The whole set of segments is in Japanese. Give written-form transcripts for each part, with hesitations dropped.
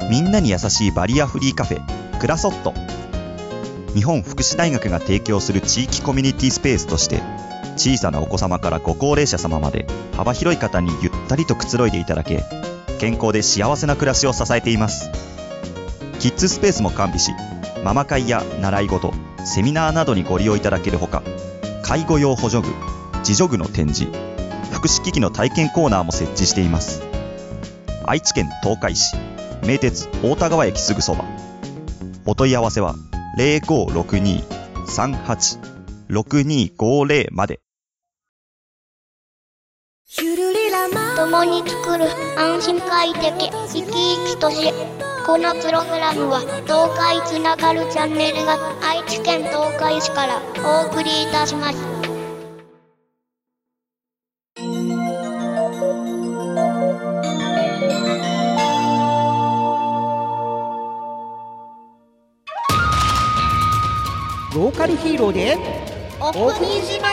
みんなに優しいバリアフリーカフェクラソット。日本福祉大学が提供する地域コミュニティスペースとして、小さなお子様からご高齢者様まで幅広い方にゆったりとくつろいでいただけ、健康で幸せな暮らしを支えています。キッズスペースも完備し、ママ会や習い事、セミナーなどにご利用いただけるほか、介護用補助具、自助具の展示、福祉機器の体験コーナーも設置しています。愛知県東海市、名鉄大田川駅すぐそば。お問い合わせは 0562-38-6250 まで。 共に作る安心快適生き生きとし、このプログラムは東海つながるチャンネルが愛知県東海市からお送りいたします。 ローカルヒーローでお国自慢。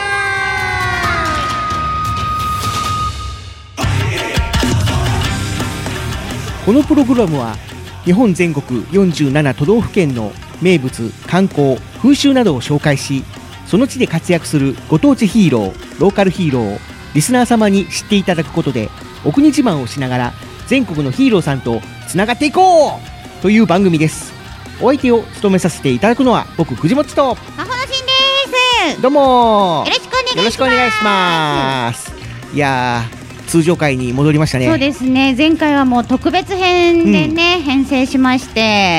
このプログラムは日本全国47都道府県の名物、観光、風習などを紹介し、その地で活躍するご当地ヒーロー、ローカルヒーローをリスナー様に知っていただくことで、お国自慢をしながら全国のヒーローさんとつながっていこうという番組です。お相手を務めさせていただくのは僕、藤本とまほのしんです。 どうもよろしくお願いします。 いやー、通常回に戻りましたね。 そうですね、前回はもう特別編でね、編成しまして、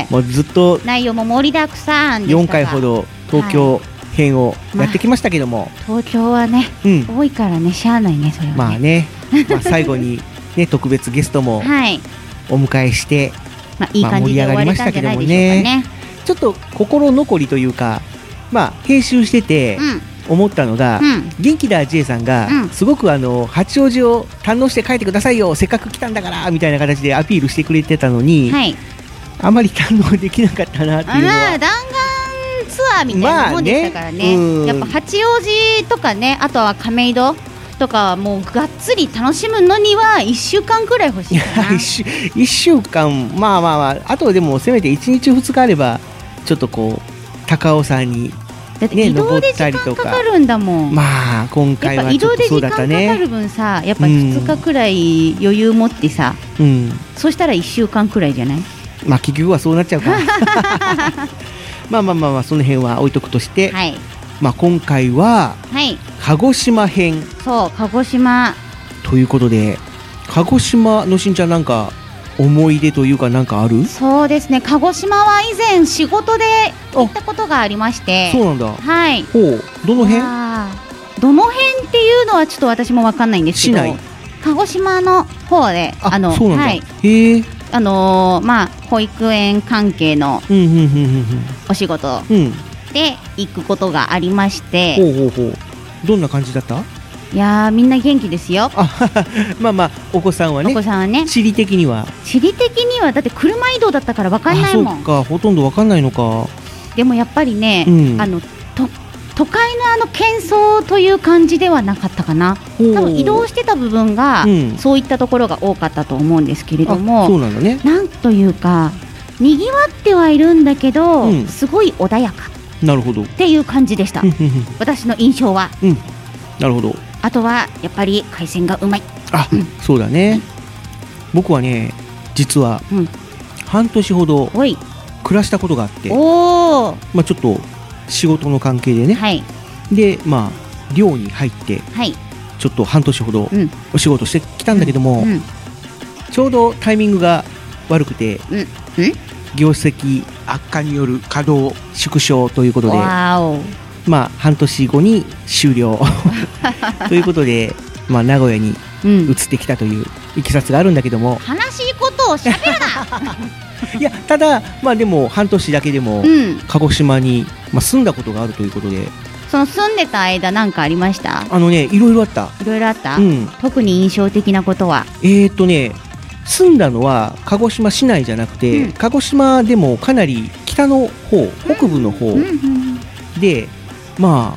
もうずっと内容も盛りだくさんでしたが、 4回ほど東京編をやってきましたけども、 東京はね、多いからね、しゃあないね、それはね。 まあね、最後にね特別ゲストもお迎えして、 いい感じで終われたんじゃないでしょうかね。 ちょっと心残りというか、編集してて思ったのが、元気だ J さんがすごく八王子を堪能して帰ってくださいよ、せっかく来たんだからみたいな形でアピールしてくれてたのに、あまり堪能できなかったなっていうのは、 弾丸ツアーみたいなもんでしたからね。やっぱ八王子とかね、あとは亀戸とかはもうがっつり楽しむのには1週間くらい欲しいかな。 1週間、あとでもせめて1日2日あれば、ちょっとこう高尾山にだって移動で時間かかるんだもん。 今回はちょっとそうだったね。 やっぱ移動で時間かかる分さ、やっぱ2日くらい余裕持ってさ、そしたら1週間くらいじゃない？ 結局はそうなっちゃうかその辺は置いとくとして、今回は鹿児島編。 そう、鹿児島ということで、鹿児島のしんちゃん、なんか思い出というかなんかある？ そうですね、鹿児島は以前仕事で行ったことがありまして。 そうなんだ。 はい。 ほう、どの辺？ どの辺っていうのはちょっと私も分かんないんですけど、鹿児島の方で、 そうなんだ。へえ。 保育園関係のお仕事で行くことがありまして、 どんな感じだった？ いやー、みんな元気ですよ。 お子さんはね。地理的にはだって車移動だったから分かんないもん。 そうか、ほとんど分かんないのか。 でもやっぱりね、都会の喧騒という感じではなかったかな。多分移動してた部分が、そういったところが多かったと思うんですけれども、 そうなんだね。 なんというかにぎわってはいるんだけど、すごい穏やか。 なるほど。 っていう感じでした。私の印象は。 なるほど。 あとはやっぱり海鮮がうまい。 そうだね。僕はね、実は半年ほど暮らしたことがあって、ちょっと仕事の関係でね、で寮に入って、ちょっと半年ほどお仕事してきたんだけども、ちょうどタイミングが悪くて、業績悪化による稼働縮小ということで、半年後に終了ということで、名古屋に移ってきたといういきさつがあるんだけども、 悲しいことをしゃべるないや、ただでも半年だけでも鹿児島に、住んだことがあるということで。 その住んでた間何かありました？ いろいろあった。 いろいろあった、特に印象的なことは？ 住んだのは鹿児島市内じゃなくて、鹿児島でもかなり北の方、北部の方で、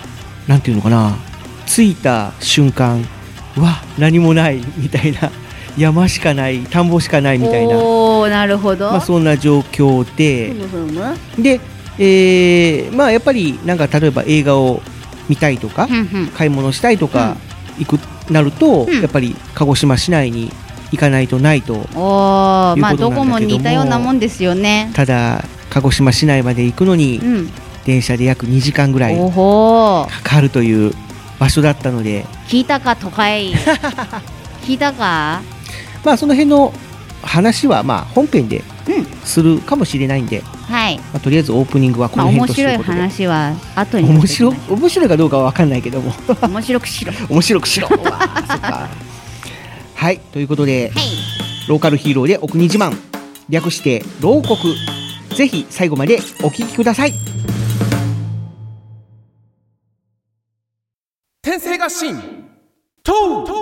なんていうのかな、着いた瞬間は何もないみたいな山しかない田んぼしかないみたいな、 なるほど、 そんな状況で、で、やっぱりなんか例えば映画を見たいとか、買い物したいとか行くなると、やっぱり鹿児島市内に行かないとないということなんだけども、 どこも似たようなもんですよね。 ただ鹿児島市内まで行くのに、電車で約2時間ぐらいかかるという場所だったので、 聞いたか都会聞いたか。 その辺の話は本編でするかもしれないんで、とりあえずオープニングはこの辺として面白い話は後に面白いかどうかは分かんないけども面白くしろ面白くしろそっかはい、ということで、ローカルヒーローでお国自慢、略して牢国、ぜひ最後までお聞きください。 天性合心と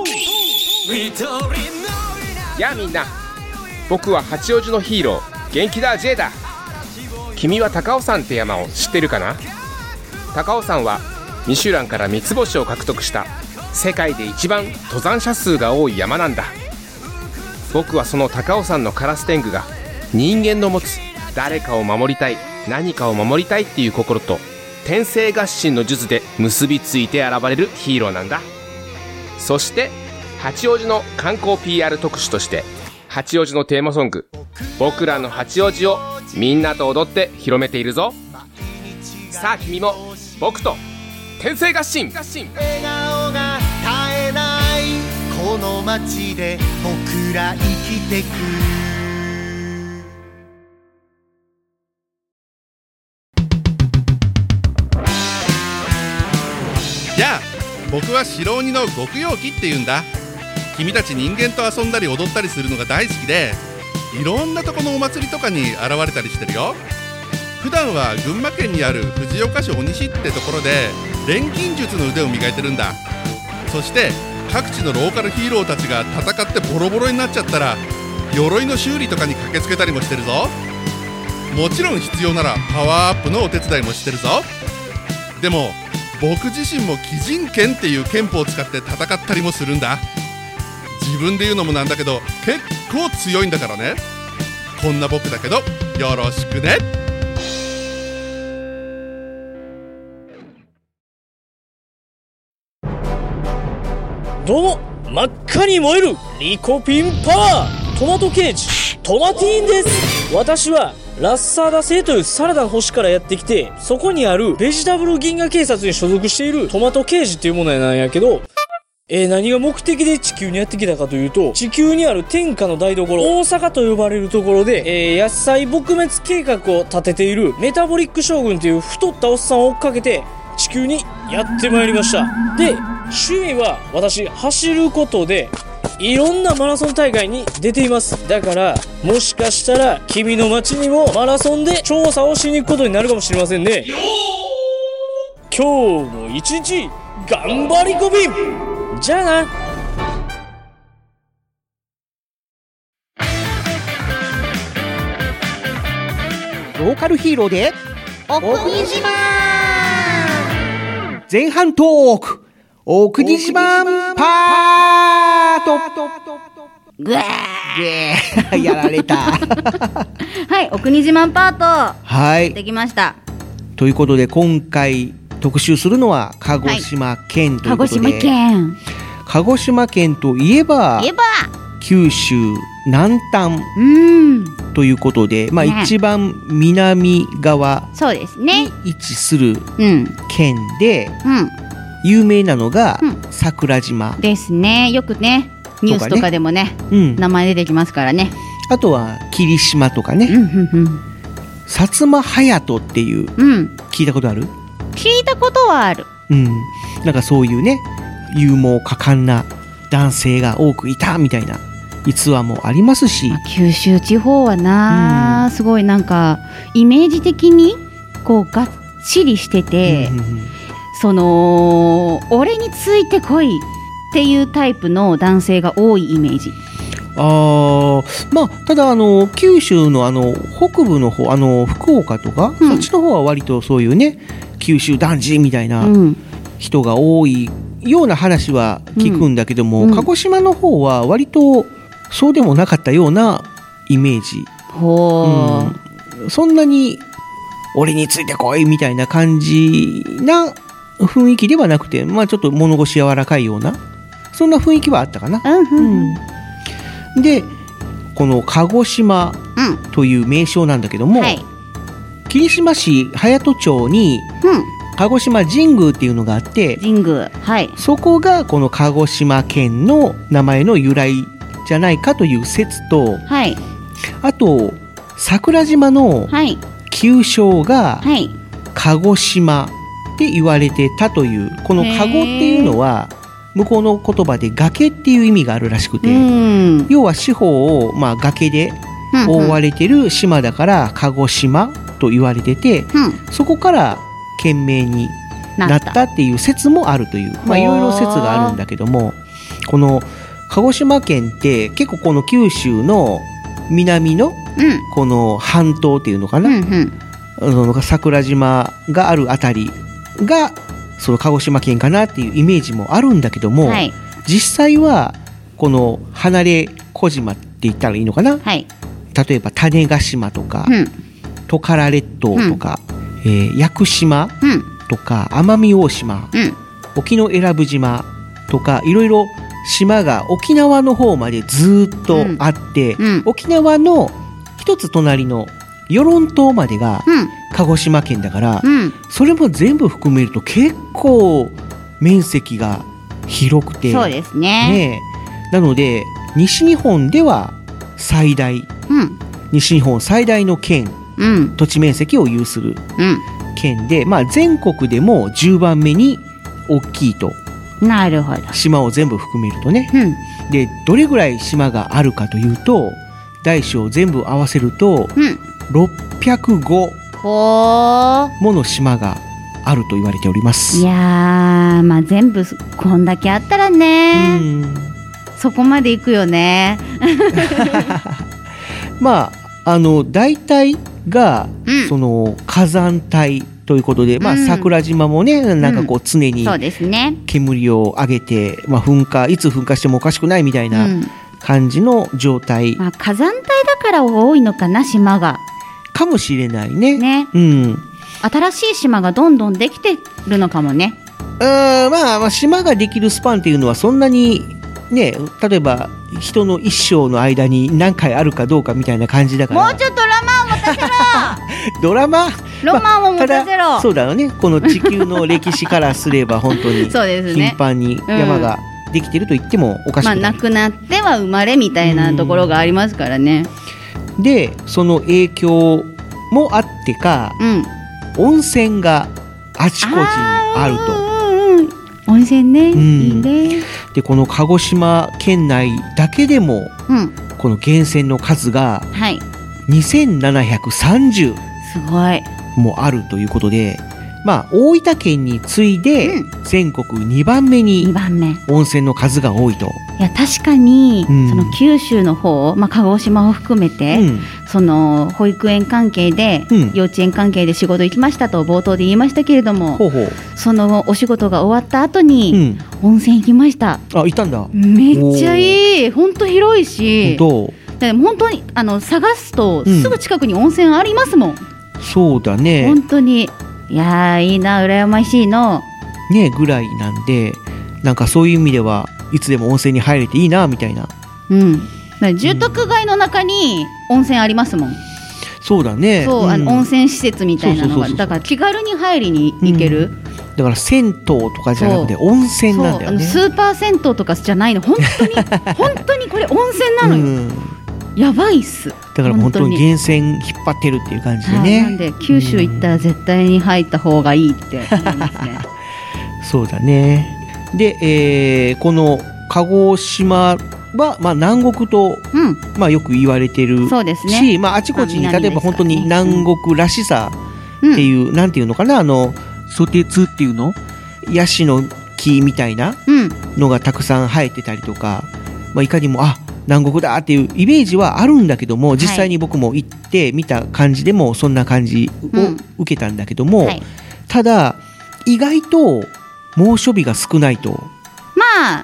やあみんな、僕は八王子のヒーロー元気だ J だ。君は高尾山って山を知ってるかな。高尾山はミシュランから3つ星を獲得した世界で一番登山者数が多い山なんだ。僕はその高尾山のカラス天狗が人間の持つ誰かを守りたい、何かを守りたいっていう心と天性合心の術で結びついて現れるヒーローなんだ。そして八王子の観光 PR 特集として八王子のテーマソング僕らの八王子をみんなと踊って広めているぞ。さあ君も僕と天性合心。 笑顔が絶えないこの街で僕ら生きてく。 やあ、僕は白鬼の極陽気っていうんだ。君たち人間と遊んだり踊ったりするのが大好きで、いろんなとこのお祭りとかに現れたりしてるよ。普段は群馬県にある藤岡市鬼市ってところで錬金術の腕を磨いてるんだ。そして各地のローカルヒーローたちが戦ってボロボロになっちゃったら鎧の修理とかに駆けつけたりもしてるぞ。もちろん必要ならパワーアップのお手伝いもしてるぞ。でも僕自身も鬼人剣っていう剣法を使って戦ったりもするんだ。自分で言うのもなんだけど結構強いんだからね。こんな僕だけどよろしくね。 どうも、真っ赤に燃えるリコピンパワートマトケージトマティーンです。私はラッサーダ星というサラダの星からやってきて、そこにあるベジタブル銀河警察に所属しているトマトケージっていうものなんやけど、何が目的で地球にやってきたかというと、地球にある天下の台所大阪と呼ばれるところで、野菜撲滅計画を立てているメタボリック将軍という太ったおっさんを追っかけて地球にやってまいりました。で、趣味は私走ることでいろんなマラソン大会に出ています。だからもしかしたら君の街にもマラソンで調査をしに行くことになるかもしれませんね。今日も一日頑張り込み。じゃあな。 ローカルヒーローでお国自慢。 前半トークお国自慢パート。 ぐわーやられたはい、お国自慢パート、 はい、 できました。 ということで今回特集するのは鹿児島県ということで、鹿児島県といえば九州南端ということで、一番南側に位置する県で、有名なのが桜島ですね。よくねニュースとかでもね、名前出てきますからね。 あとは霧島とかね、薩摩隼人っていう、聞いたことある？ 聞いたことはある。 なんかそういうね勇猛果敢な男性が多くいたみたいな逸話もありますし、 九州地方はな、すごいなんかイメージ的にこうがっちりしてて、その俺についてこいっていうタイプの男性が多いイメージ。 ただ九州の北部の方福岡とか、そっちの方は割とそういうね九州男児みたいな人が多いような話は聞くんだけども、鹿児島の方は割とそうでもなかったようなイメージ。そんなに俺についてこいみたいな感じな雰囲気ではなくて、まあちょっと物腰柔らかいようなそんな雰囲気はあったかな。でこの鹿児島という名称なんだけども、霧島市隼人町に鹿児島神宮っていうのがあって、そこがこの鹿児島県の名前の由来じゃないかという説と、あと桜島の旧称が鹿児島って言われてたという、この鹿児っていうのは向こうの言葉で崖っていう意味があるらしくて、要は四方をまあ崖で覆われてる島だから鹿児島と言われてて、そこから県名になったっていう説もあるという、まあいろいろ説があるんだけども、この鹿児島県って結構この九州の南のこの半島っていうのかな、その桜島があるあたりがその鹿児島県かなっていうイメージもあるんだけども、実際はこの離れ小島って言ったらいいのかな、例えば種子島とか、トカラ列島とか、屋久島とか奄美大島、沖永良部島とかいろいろ島が沖縄の方までずっとあって、沖縄の一つ隣の与論島までが鹿児島県だから、それも全部含めると結構面積が広くて、 そうですね。 なので西日本では最大、西日本最大の県、土地面積を有する県で、まあ、全国でも10番目に大きいと。 なるほど。 島を全部含めるとね、でどれぐらい島があるかというと、大小全部合わせると、605もの島があると言われております。 いやー、まあ全部こんだけあったらね、そこまで行くよね。 まあ大体が、その火山帯ということで、まあ桜島もね、なんかこう常に煙を上げて、まあ噴火いつ噴火してもおかしくないみたいな感じの状態。 まあ火山帯だから多いのかな、島が。 かもしれないね。 新しい島がどんどんできてるのかもね。 まあ島ができるスパンっていうのはそんなにね、例えば人の一生の間に何回あるかどうかみたいな感じだから。 もうちょっとロマンを持たせろ。 ドラマロマンを持たせろ。 まあ、そうだよね。この地球の歴史からすれば本当に頻繁に山ができてると言ってもおかしくない。 まあ、なくなっては生まれみたいなところがありますからね。 でその影響もあってか、温泉があちこちにあると。 温泉ね、いいね。 でこの鹿児島県内だけでも、この源泉の数が2730もあるということで、まあ大分県に次いで全国2番目に温泉の数が多いと。 いや確かに、その九州の方、まあ、鹿児島を含めて、その保育園関係で、幼稚園関係で仕事行きましたと冒頭で言いましたけれども、そのお仕事が終わった後に、温泉行きました。 あ、行ったんだ。 めっちゃいい。本当広いし、本当に探すとすぐ近くに温泉ありますもん。 そうだね。 本当に。いやー、いいな、羨ましいのねぐらいなんで、なんかそういう意味ではいつでも温泉に入れていいなみたいな。 住宅街の中に温泉ありますもん。 そうだね。 そう、温泉施設みたいなのが、だから気軽に入りに行ける。 だから銭湯とかじゃなくて温泉なんだよね。 スーパー銭湯とかじゃないの。本当に本当にこれ温泉なのよ。やばいっす。 だから本当に源泉引っ張ってるっていう感じでね。 なんで九州行ったら絶対に入った方がいいって思いますね。 そうだね。で、この鹿児島は、まあ、南国と、まあ、よく言われてるし、まあ、あちこちに例えば本当に南国らしさっていう、なんていうのかな、ソテツっていうの、ヤシの木みたいなのがたくさん生えてたりとか、まあ、いかにも南国だっていうイメージはあるんだけども、実際に僕も行って見た感じでもそんな感じを受けたんだけども、ただ意外と猛暑日が少ないと。 まあ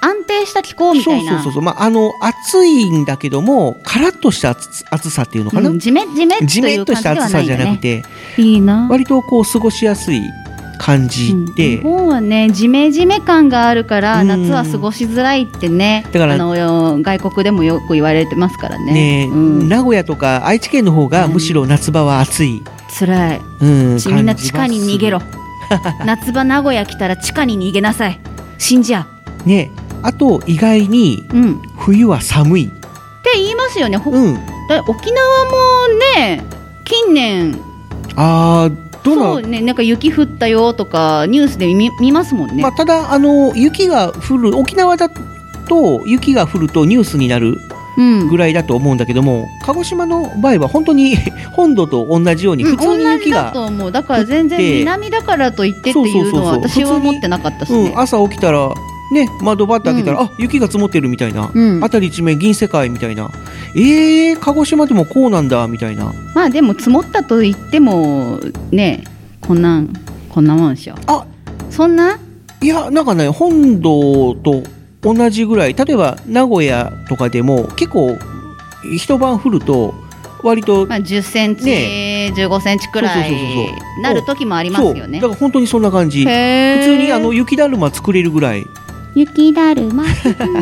安定した気候みたいな。 そう、まあ、暑いんだけどもカラッとした暑さっていうのかな、 ジメッとした暑さじゃなくて、 いいな、 割とこう過ごしやすい感じで、 日本はねジメ感があるから夏は過ごしづらいってね、だから外国でもよく言われてますからね。 名古屋とか愛知県の方がむしろ夏場は暑い、 辛い、みんな地下に逃げろ夏場名古屋来たら地下に逃げなさい、死んじゃうね。あと意外に冬は寒いって言いますよね。沖縄もね近年そうね、なんか雪降ったよとかニュースで見ますもんね。 まあ、ただ雪が降る沖縄だと雪が降るとニュースになるぐらいだと思うんだけども、鹿児島の場合は本当に本土と同じように普通に雪が、 同じだと思う。だから全然南だからといってっていうのは私は思ってなかったですね。 朝起きたらね、窓バッと開けたら、雪が積もってるみたいな、辺り一面銀世界みたいな、鹿児島でもこうなんだみたいな。 まあでも積もったと言ってもね、こんなもんでしょ。そんな？ いや、なんかね、本土と同じぐらい、例えば名古屋とかでも結構一晩降ると割と、 10センチ、15センチくらいなる時もありますよね。 だから本当にそんな感じ。普通に雪だるま作れるぐらい。 雪だるま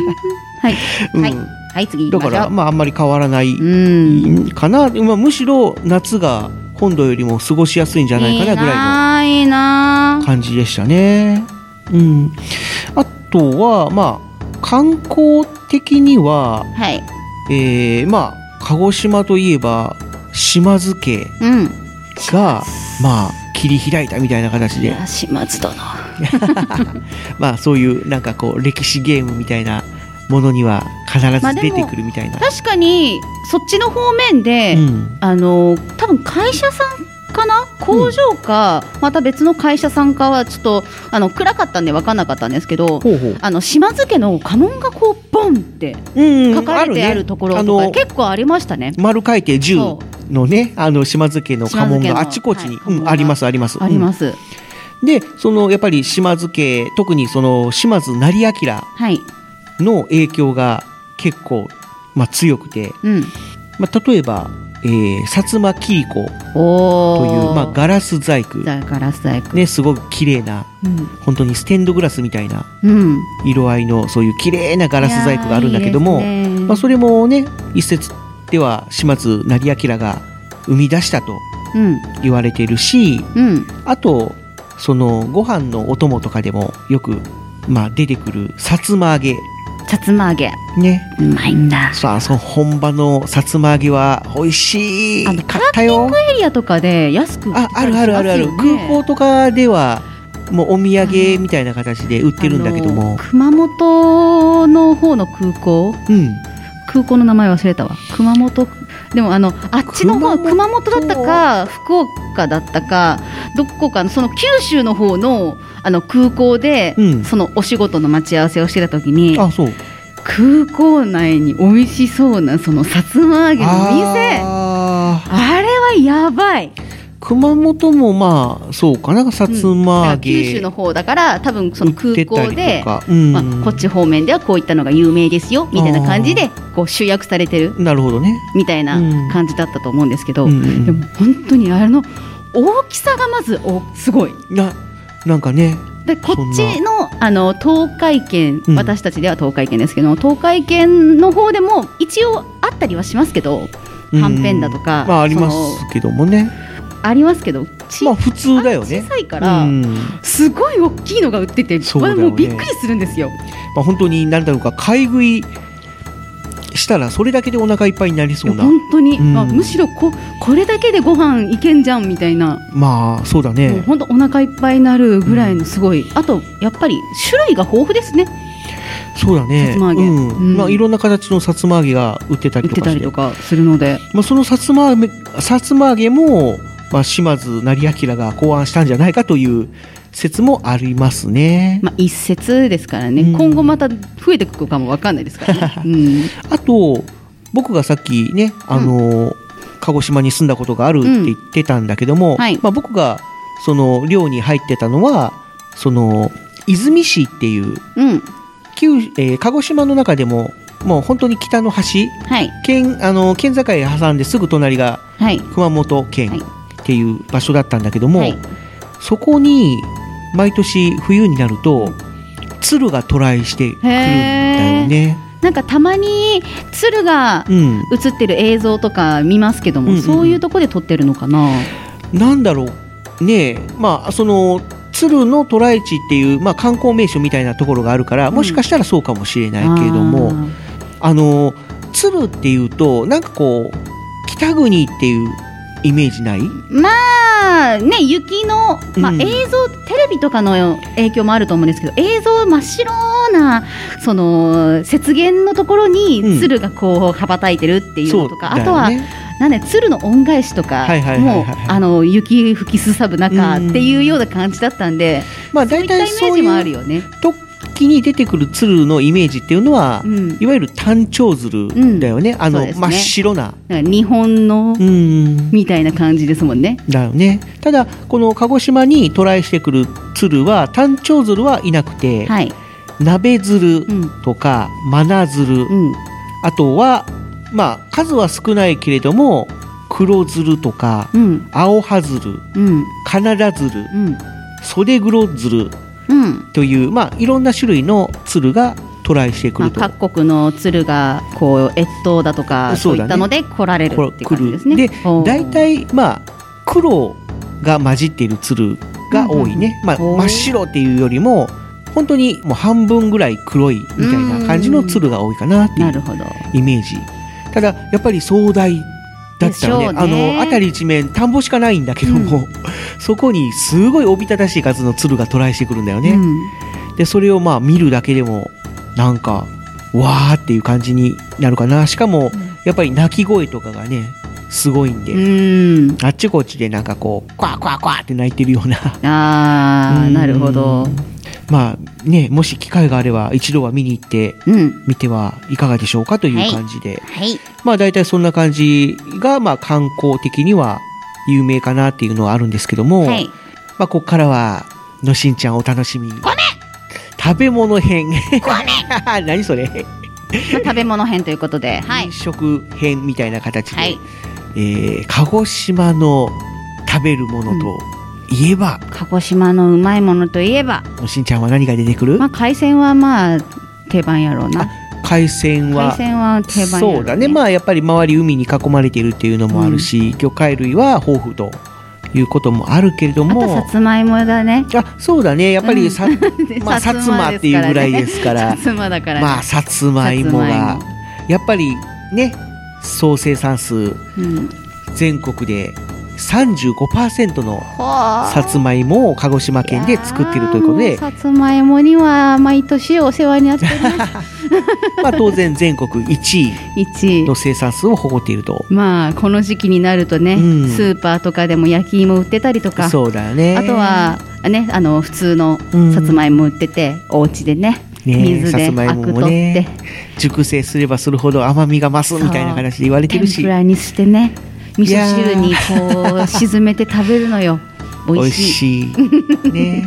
はい、次行きましょう。 だからあんまり変わらないかな。むしろ夏が本土よりも過ごしやすいんじゃないかなぐらいの感じでしたね。あとはまあ観光的には、まあ鹿児島といえば島津家が、まあ切り開いたみたいな形で、 島津殿まあそういうなんかこう歴史ゲームみたいなものには必ず出てくるみたいな。 確かにそっちの方面で、多分会社さんかな、工場か、また別の会社さんかはちょっと暗かったんで分かんなかったんですけど、島津家の家紋がこうボンって書かれてあるところとか結構ありましたね。 丸書いて10のね、島津家の家紋があちこちにあります。でやっぱり島津家、特に島津成明の影響が結構、強くて、例えば薩摩切子という、ガラス細工ね、すごく綺麗な、本当にステンドグラスみたいな色合いのそういう綺麗なガラス細工があるんだけども、それもね、一説では島津成明が生み出したと言われているし、あとご飯のお供とかでもよく、出てくるさつま揚げね、 うまいんだ。 さあ、本場のさつま揚げは美味しいかったよ。 キャンピングエリアとかで安く売ってたりしますよね。ある空港とかではもうお土産みたいな形で売ってるんだけども、 熊本の方の空港、空港の名前忘れたわ。熊本でもあっちの方、熊本だったか福岡だったかどこかの九州の方の空港で、お仕事の待ち合わせをしてた時に、空港内に美味しそうなさつま揚げの店、あれはやばい。 熊本もそうかな、さつま揚げ、 九州の方だから多分空港で、こっち方面ではこういったのが有名ですよみたいな感じでこう集約されてる、 なるほどね、 みたいな感じだったと思うんですけど、でも本当に大きさがまずすごいなんかね。 でこっちの東海圏、私たちでは東海圏ですけど、東海圏の方でも一応あったりはしますけど、はんぺんだとか、 ありますけどもね、 ありますけど、 普通だよね。 小さいから、すごい大きいのが売ってて、もうびっくりするんですよ。 本当に何だろうか、買い食いしたらそれだけでお腹いっぱいになりそうな。 本当に、むしろこれだけでご飯いけんじゃんみたいな。 そうだね。 本当お腹いっぱいになるぐらいのすごい。あとやっぱり種類が豊富ですね。 そうだね。さつま揚げ、いろんな形のさつま揚げが売ってたりとかするので、 そのさつま揚げも、島津成明が考案したんじゃないかという説もありますね。 一説ですからね、今後また増えていくかも分かんないですからね。 あと僕がさっきね、鹿児島に住んだことがあるって言ってたんだけども、僕が寮に入ってたのは出水市っていう鹿児島の中でももう本当に北の端、 はい、 県境挟んですぐ隣が熊本県っていう場所だったんだけども、はい、そこに毎年冬になると鶴が渡来してくるんだよね。 なんかたまに鶴が映ってる映像とか見ますけども、そういうとこで撮ってるのかな。 なんだろうね。まあその鶴の渡来地っていう、まあ、観光名所みたいなところがあるから、もしかしたらそうかもしれないけれども、鶴っていうとなんかこう北国っていうイメージない？ まあね、雪の、まあ、映像、テレビとかの影響もあると思うんですけど、映像真っ白なその雪原のところに鶴がこう羽ばたいてるっていうのとか、あとはなんで鶴の恩返しとかも雪吹きすさぶ中っていうような感じだったんで、 まあ、大体そういったイメージもあるよね。時に出てくる鶴のイメージっていうのは、いわゆる単調鶴だよね。真っ白な日本のみたいな感じですもんね。 だよね。ただこの鹿児島に渡来してくる鶴は単調鶴はいなくて、はい、鍋鶴とかマナ鶴、あとはまあ数は少ないけれども黒鶴とか、青葉鶴、カナダ鶴、袖黒鶴という、まあ、いろんな種類の鶴が渡来してくると、 各国の鶴がこう越冬だとかそういったので来られるっていう感じですね。 で大体、まあ、黒が混じっている鶴が多いね、まあ、真っ白っていうよりも本当にもう半分ぐらい黒いみたいな感じの鶴が多いかなっていうイメージ。ただやっぱり壮大だったよね。辺り一面田んぼしかないんだけども、そこにすごいおびただしい数の鶴が渡来してくるんだよね。でそれをまあ見るだけでもなんかわーっていう感じになるかな。しかもやっぱり鳴き声とかがねすごいんで、あっちこっちでなんかこうクワクワクワって鳴いてるような。 なるほど。 まあね、もし機会があれば一度は見に行ってみてはいかがでしょうかという感じで、まあ大体そんな感じがまあ観光的には有名かなっていうのはあるんですけども、まあここからはのしんちゃんお楽しみに食べ物編何それ食べ物編ということで、 飲食編みたいな形で、鹿児島の食べるものと言えば、 鹿児島のうまいものといえばのしんちゃんは何が出てくる？ まあ、海鮮はまあ定番やろうな。 海鮮は定番やろうね。 そうだね。まあやっぱり周り海に囲まれているっていうのもあるし、魚介類は豊富ということもあるけれども、 あとさつまいもだね。 そうだね。やっぱりまあ、さつまっていうぐらいですからさつまだからね。 まあさつまいもがやっぱりね、総生産数、全国で35% のさつまいもを鹿児島県で作っているということで、 さつまいもには毎年お世話になってるまあ当然全国1位の生産数を誇っていると。 まあこの時期になるとね、スーパーとかでも焼き芋売ってたりとか、 そうだね。 あとはね、普通のさつまいも売ってて、お家でね水でアク取って、 熟成すればするほど甘みが増すみたいな形で言われてるし、 天ぷらにしてね、味噌汁にこう沈めて食べるのよ。美味しいね。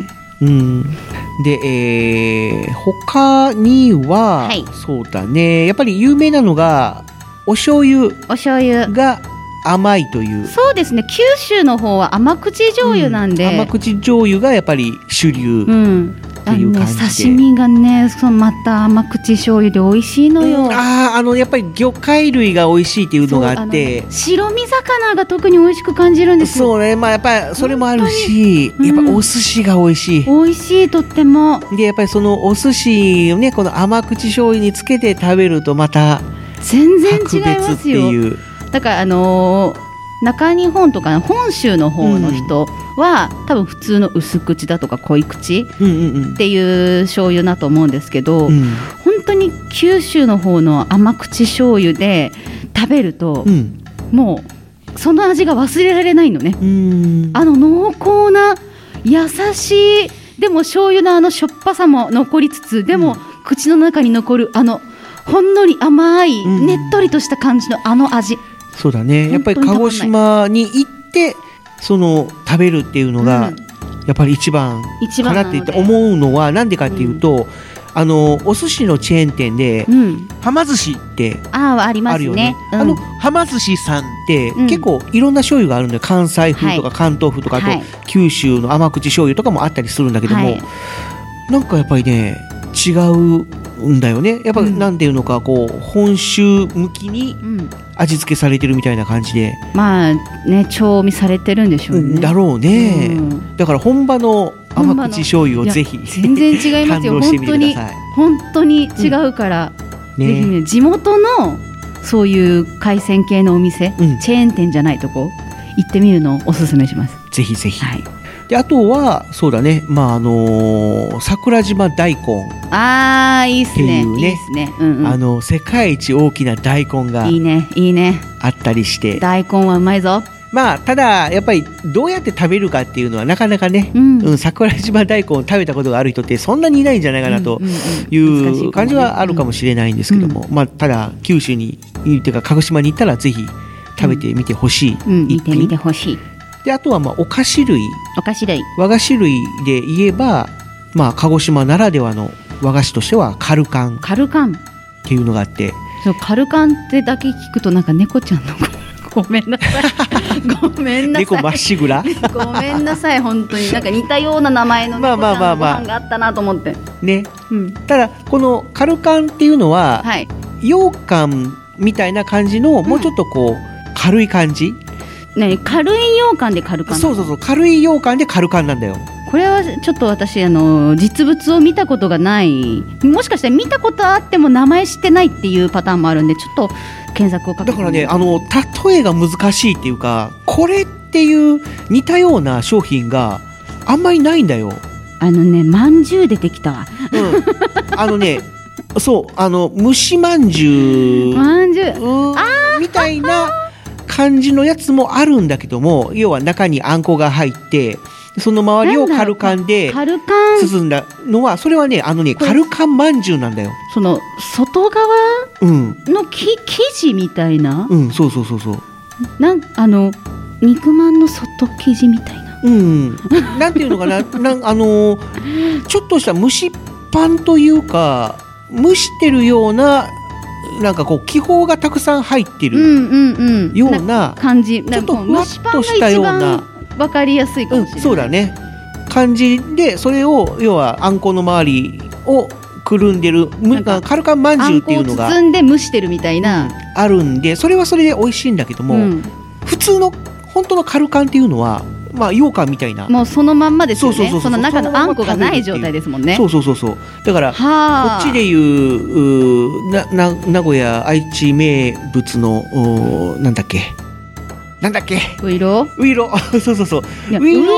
で、他には、そうだね、やっぱり有名なのがお醤油が甘いという。 そうですね。九州の方は甘口醤油なんで、 甘口醤油がやっぱり主流っていう感じで、 刺身がね、また甘口醤油で美味しいのよ。 やっぱり魚介類が美味しいっていうのがあって、 白身魚が特に美味しく感じるんですよ。 そうね。まあやっぱりそれもあるし、やっぱお寿司が美味しい。 美味しい、とっても。 でやっぱりそのお寿司をね、この甘口醤油につけて食べるとまた全然違いますよ。だから中日本とか本州の方の人は、多分普通の薄口だとか濃い口っていう醤油だと思うんですけど、本当に九州の方の甘口醤油で食べると、もうその味が忘れられないのね。濃厚な優しい、でも醤油のしょっぱさも残りつつ、でも口の中に残るほんのり甘い、ねっとりとした感じの味。 そうだね。やっぱり鹿児島に行って食べるっていうのが、やっぱり一番かなって思うのはなんでかっていうと、 お寿司のチェーン店で、はま寿司ってありますね。 はま寿司さんって、結構いろんな醤油があるんで、関西風とか関東風とか、あと九州の甘口醤油とかもあったりするんだけども、なんかやっぱりね違うんだよね。やっぱなんていうのか、こう本州向きに味付けされてるみたいな感じで、 まあね、調味されてるんでしょうね。 だろうね。だから本場の甘口醤油をぜひ全然違いますよ。本当に違うから、ぜひね、地元のそういう海鮮系のお店、チェーン店じゃないとこ行ってみるのをおすすめします。 ぜひぜひ。であとはそうだね、桜島大根、 いいっすね。いいっすね。 世界一大きな大根がいいねいいねあったりして、 大根はうまいぞ。 ただやっぱりどうやって食べるかっていうのはなかなかね、桜島大根を食べたことがある人ってそんなにいないんじゃないかなという感じはあるかもしれないんですけども、ただ九州にっていうか鹿児島に行ったらぜひ食べてみてほしい。 見てみてほしい。 であとはお菓子類、和菓子類で言えば、鹿児島ならではの和菓子としてはカルカンっていうのがあって、 カルカンってだけ聞くとなんか猫ちゃんのごめんなさいごめんなさい、 猫まっしぐらごめんなさい、本当になんか似たような名前の猫ちゃんのご飯があったなと思ってね。ただこのカルカンっていうのは、羊羹みたいな感じの、もうちょっとこう軽い感じ。 軽い羊羹でカルカン。 そう軽い羊羹でカルカンなんだよ。 これはちょっと私実物を見たことがない、もしかしたら見たことあっても名前知ってないっていうパターンもあるんで、ちょっと検索をかけて。 だからね、例えが難しいっていうか、これっていう似たような商品があんまりないんだよ。 まんじゅう出てきたわ。 そう蒸しまんじゅうみたいな感じのやつもあるんだけども、要は中にあんこが入ってその周りをカルカンで包んだのは、それはねカルカンまんじゅうなんだよ。 その外側の生地みたいな、 そう肉まんの外生地みたいな、 なんていうのかな、ちょっとした蒸しパンというか、蒸してるようななんかこう気泡がたくさん入ってるような感じ、 ちょっとふわっとしたような、 分かりやすいかもしれない、 そうだね、感じで、それを要はあんこの周りをくるんでるカルカンまんじゅうっていうのがあんこを包んで蒸してるみたいな、 あるんで、それはそれで美味しいんだけども、普通の本当のカルカンっていうのは羊羹みたいな、 もうそのまんまですよね。その中のあんこがない状態ですもんね。 そうだからこっちでいう名古屋愛知名物のなんだっけウイロそうウイロパッと見の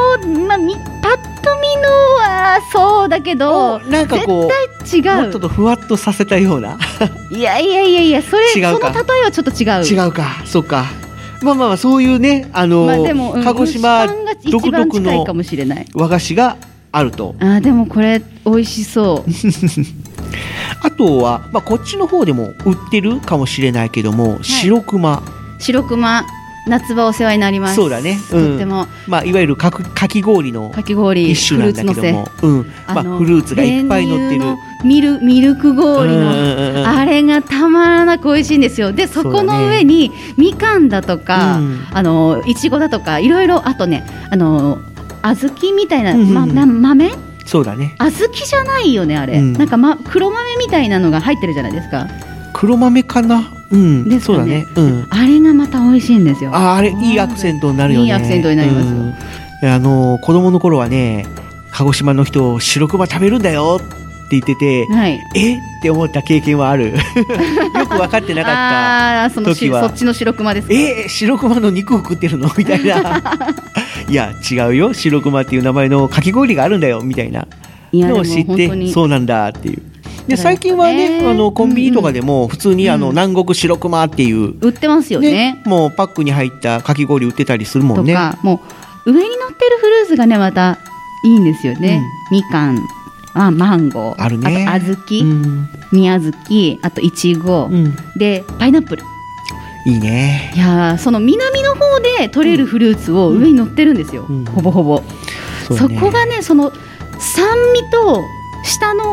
はそうだけど、 なんかこう絶対違う、 もっとふわっとさせたようないやその例えはちょっと違うか、そうか、そういうね、 でも鹿児島独特の和菓子があると。 でもこれ美味しそうあとは、こっちの方でも売ってるかもしれないけども、白熊、 夏場お世話になります。 そうだね、 とっても、 いわゆるかき氷の一種なんだけども、フルーツがいっぱい乗ってるミルク氷の、あれがたまらなく美味しいんですよ。でそこの上にみかんだとか、いちごだとかいろいろ、あとね小豆みたいな、豆、 そうだね、 小豆じゃないよねあれ、なんか、黒豆みたいなのが入ってるじゃないですか。 黒豆かな、そうだね、 あれがまた美味しいんですよ。 あれいいアクセントになるよね。 いいアクセントになりますよ。 子供の頃はね、鹿児島の人白熊食べるんだよって言ってて、って思った経験はあるよく分かってなかった時は、 そっちの白熊ですか。 白熊の肉食ってるのみたいないや違うよ、白熊っていう名前のかき氷があるんだよみたいなのを知って、そうなんだっていう。で最近はね、コンビニとかでも普通に南国白熊っていう売ってますよね。 もうパックに入ったかき氷売ってたりするもんね。 とか、もう上に乗ってるフルーツがねまたいいんですよね。みかん、マンゴー、 あるね、 あと小豆、宮豆、あといちご、でパイナップル。 いいね。 いやその南の方で取れるフルーツを上に乗ってるんですよ、ほぼほぼ。そこがね、その酸味と下の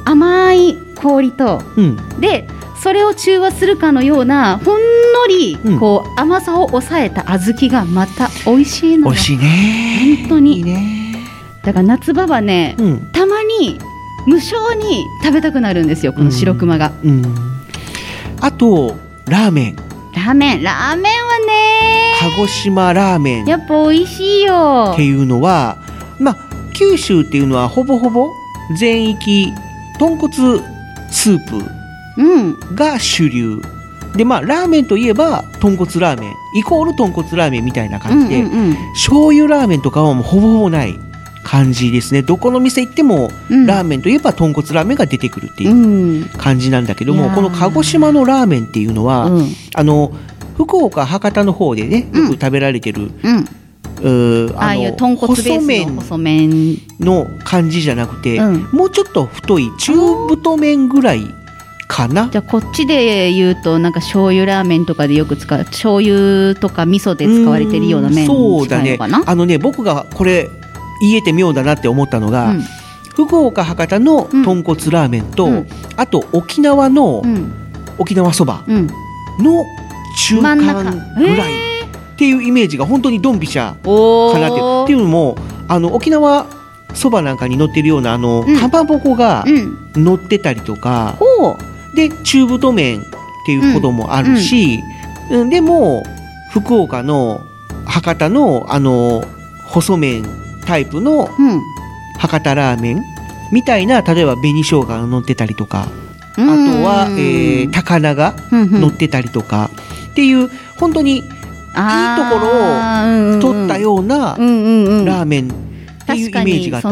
甘い氷と、でそれを中和するかのようなほんのりこう甘さを抑えた小豆がまた美味しいのよ。 美味しいね。 本当に。 いいね。 だから夏場はね、たまに無性に食べたくなるんですよ、この白熊が。 あとラーメンはね、 鹿児島ラーメンやっぱ美味しいよっていうのは、九州っていうのはほぼほぼ全域豚骨スープが主流、でラーメンといえば豚骨ラーメンイコール豚骨ラーメンみたいな感じで、醤油ラーメンとかはもうほぼほぼない感じですね。どこの店行っても、ラーメンといえば豚骨ラーメンが出てくるっていう感じなんだけども、この鹿児島のラーメンっていうのは、福岡博多の方でねよく食べられてる、 ああいう豚骨ベースの細麺の感じじゃなくて、もうちょっと太い中太麺ぐらいかな。 じゃあこっちで言うとなんか醤油ラーメンとかでよく使う醤油とか味噌で使われてるような麺に近いのかな。 そうだね。僕がこれ言えて妙だなって思ったのが、福岡博多の豚骨ラーメンと、あと沖縄の、沖縄そばの中間ぐらいっていうイメージが本当にドンピシャかなっていうのも、沖縄そばなんかに乗ってるようなかまぼこが乗ってたりとか、で中太麺っていうこともあるし、でも福岡の博多の細麺タイプの博多ラーメンみたいな、例えば紅生姜が乗ってたりとか、あとは高菜が乗ってたりとかっていう、本当にいいところを取ったようなラーメンっていうイメージがあった。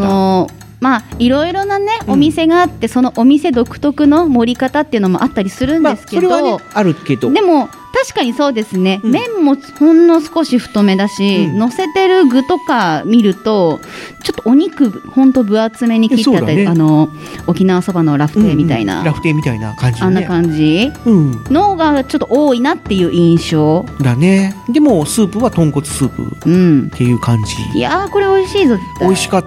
いろいろなねお店があって、そのお店独特の盛り方っていうのもあったりするんですけど、 それはねあるけど、 でも確かにそうですね、麺もほんの少し太めだし、乗せてる具とか見るとちょっとお肉ほんと分厚めに切ってあったり、沖縄そばのラフテーみたいな、 ラフテーみたいな感じ、 あんな感じのがちょっと多いなっていう印象だね。でもスープは豚骨スープっていう感じ、 いやーこれ美味しいぞ。 美味しかった。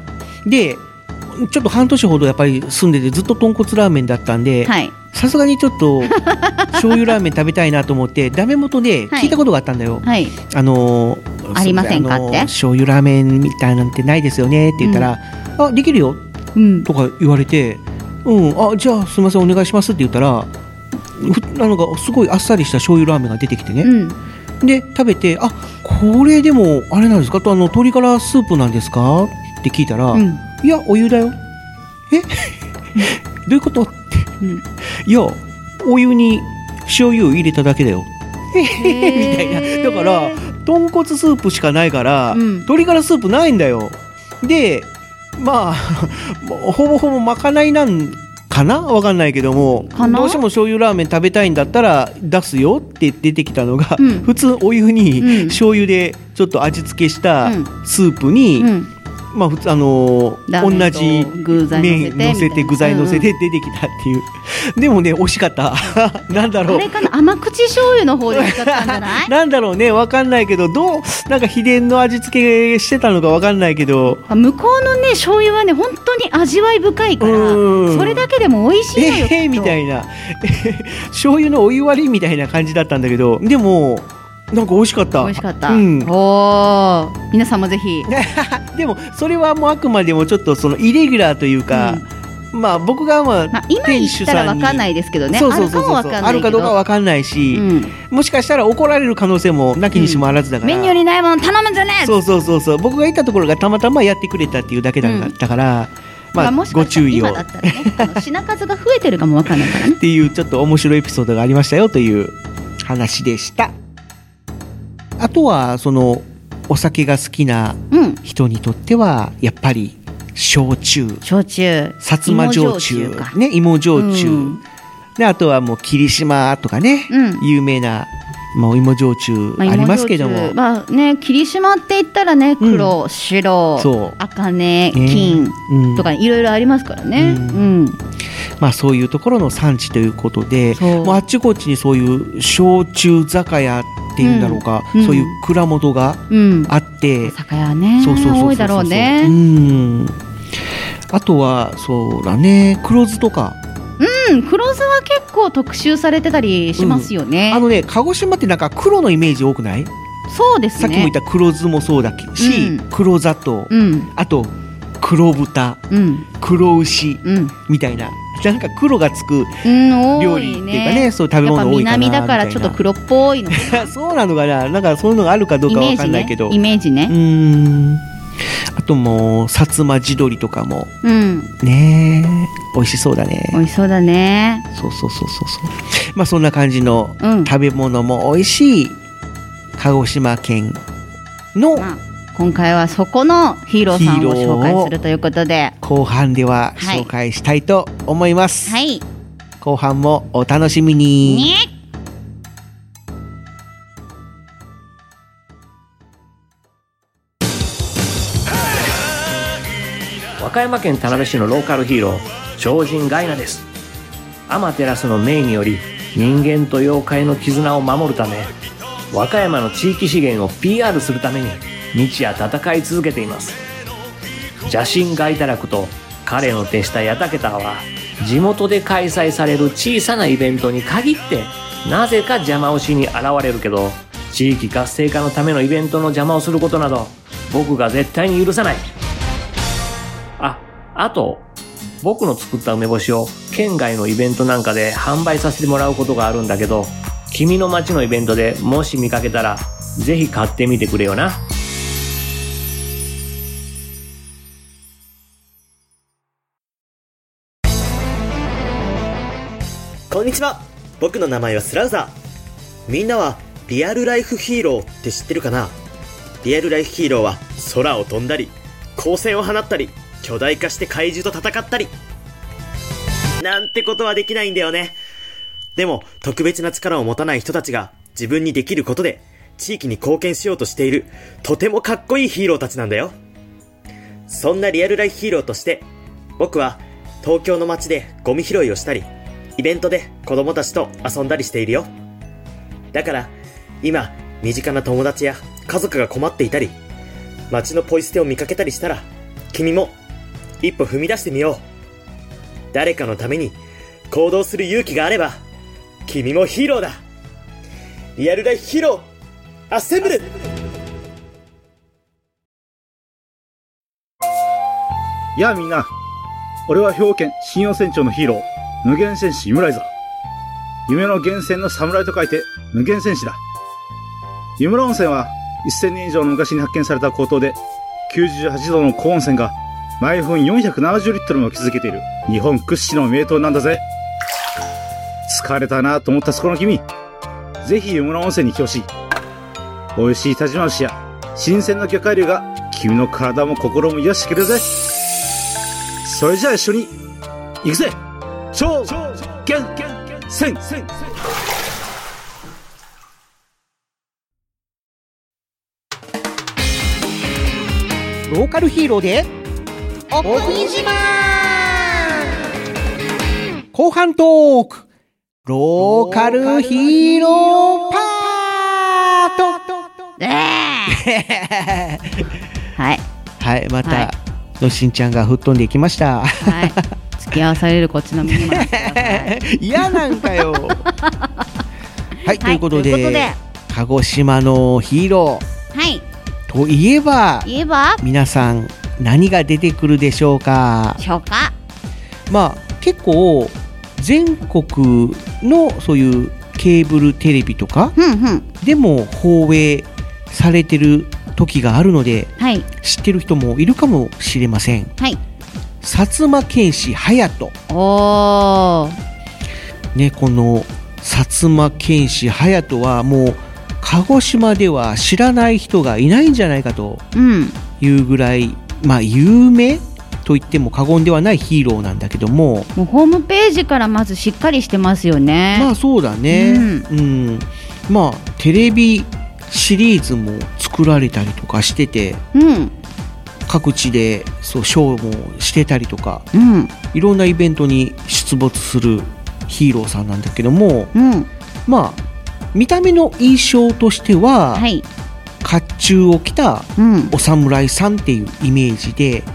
でちょっと半年ほどやっぱり住んでてずっと豚骨ラーメンだったんで、さすがにちょっと醤油ラーメン食べたいなと思ってダメ元で聞いたことがあったんだよ、ありませんかって、 醤油ラーメンみたいなんてないですよねって言ったら、あできるよ、とか言われて、あじゃあすみませんお願いしますって言ったら、なんかすごいあっさりした醤油ラーメンが出てきてね、で食べて、あこれでもあれなんですかと、鶏ガラスープなんですかって聞いたら、いやお湯だよ。どういうことって、いやお湯に醤油を入れただけだよみたいな。だから豚骨スープしかないから、鶏ガラスープないんだよ。でほぼほぼまかないなんかな、わかんないけども、どうしても醤油ラーメン食べたいんだったら出すよって出てきたのが、普通お湯に醤油でちょっと味付けしたスープに、普通同じ麺乗せて具材乗せて出てきたっていう、でもね美味しかったなんだろう、 あれかな、甘口醤油の方で使ったんじゃないなんだろうね、わかんないけど、なんか秘伝の味付けしてたのかわかんないけど、 向こうのね醤油はね本当に味わい深いから、それだけでも美味しいのよ、 みたいな醤油のお湯割りみたいな感じだったんだけど、でもなんか美味しかった。 美味しかった。おー、皆さんもぜひ。 でもそれはもうあくまでもちょっとそのイレギュラーというか、僕が今言ったら分かんないですけどね。 あるかどうか分かんないし、もしかしたら怒られる可能性もなきにしもあらずだから。 メニューにないもの頼むんじゃねえ。 そう僕が行ったところがたまたまやってくれたっていうだけだから。ご注意を。 今だったらね、品数が増えてるかも分かんないからね。 っていうちょっと面白いエピソードがありましたよという話でした。あとはそのお酒が好きな人にとってはやっぱり焼酎、薩摩焼酎ね、芋焼酎、であとはもう霧島とかね、有名な芋焼酎ありますけども、 霧島って言ったらね、黒、白、茜、金とかいろいろありますからね。 そういうところの産地ということで、もうあっちこっちにそういう焼酎酒屋っていうんだろうか、そういう蔵元があって、 酒屋ね、多いだろうね。 あとはそうだね、黒酢とか。 黒酢は結構特集されてたりしますよね。 鹿児島ってなんか黒のイメージ多くない？ そうですね。 さっきも言った黒酢もそうだし、黒砂糖、あと黒豚、黒牛、みたいな、なんか黒がつく料理っていうかね、そういう食べ物多いかなみたいな。 南だからちょっと黒っぽいのそうなのかな、なんかそういうのがあるかどうかわかんないけど、 イメージね。 あともう薩摩地鶏とかも、ねえ美味しそうだね。 美味しそうだね。 そう。まあそんな感じの食べ物も美味しい鹿児島県の、 今回はそこのヒーローさんを紹介するということで、 後半では紹介したいと思います。 はい。 後半もお楽しみに。 和歌山県田辺市のローカルヒーロー、超人ガイナです。アマテラスの命により人間と妖怪の絆を守るため、和歌山の地域資源を PR するために日夜戦い続けています。邪神ガイタラクと彼の手下ヤタケタは、地元で開催される小さなイベントに限ってなぜか邪魔をしに現れるけど、地域活性化のためのイベントの邪魔をすることなど僕が絶対に許さない。あと僕の作った梅干しを県外のイベントなんかで販売させてもらうことがあるんだけど、君の町のイベントでもし見かけたらぜひ買ってみてくれよな。 こんにちは、僕の名前はスラウザー。みんなはリアルライフヒーローって知ってるかな？リアルライフヒーローは空を飛んだり、光線を放ったり、巨大化して怪獣と戦ったりなんてことはできないんだよね。でも特別な力を持たない人たちが自分にできることで地域に貢献しようとしている、とてもかっこいいヒーローたちなんだよ。そんなリアルライフヒーローとして僕は東京の街でゴミ拾いをしたり、イベントで子供たちと遊んだりしているよ。だから今身近な友達や家族が困っていたり、街のポイ捨てを見かけたりしたら、君も一歩踏み出してみよう。誰かのために行動する勇気があれば君もヒーローだ。リアルライフヒーローアッセンブル。 やあみんな、俺は兵庫県信用船長のヒーロー、無限戦士イムライザー。夢の源泉の侍と書いて無限戦士だ。湯村温泉は1000年以上の昔に発見された鉱洞で、98度の高温泉が毎分470リットルも築けている日本屈指の名湯なんだぜ。疲れたなと思ったそこの君、ぜひ湯村温泉に来てほしい。美味しい但馬牛や新鮮な魚介類が君の体も心も癒してくれるぜ。それじゃあ一緒に行くぜ。超源泉。 ローカルヒーローでお国自慢。 後半トーク、ローカルヒーローパート。はい、また、のしんちゃんが吹っ飛んでいきました。 はい、付き合わされるこっちの身にもなってください。 嫌なんかよ。はい、ということで鹿児島のヒーロー、はい、といえば皆さん何が出てくるでしょうか。まあ結構全国のそういうケーブルテレビとかでも放映されてる時があるので、はい、知ってる人もいるかもしれません。はい、薩摩剣士隼人。ね、この薩摩剣士隼人はもう鹿児島では知らない人がいないんじゃないかというぐらい、まあ有名と言っても過言ではないヒーローなんだけども、 もうホームページからまずしっかりしてますよね。 まあそうだね、まあテレビシリーズも作られたりとかしてて、各地でそうショーもしてたりとか、いろんなイベントに出没するヒーローさんなんだけども、まあ見た目の印象としては、甲冑を着たお侍さんっていうイメージで、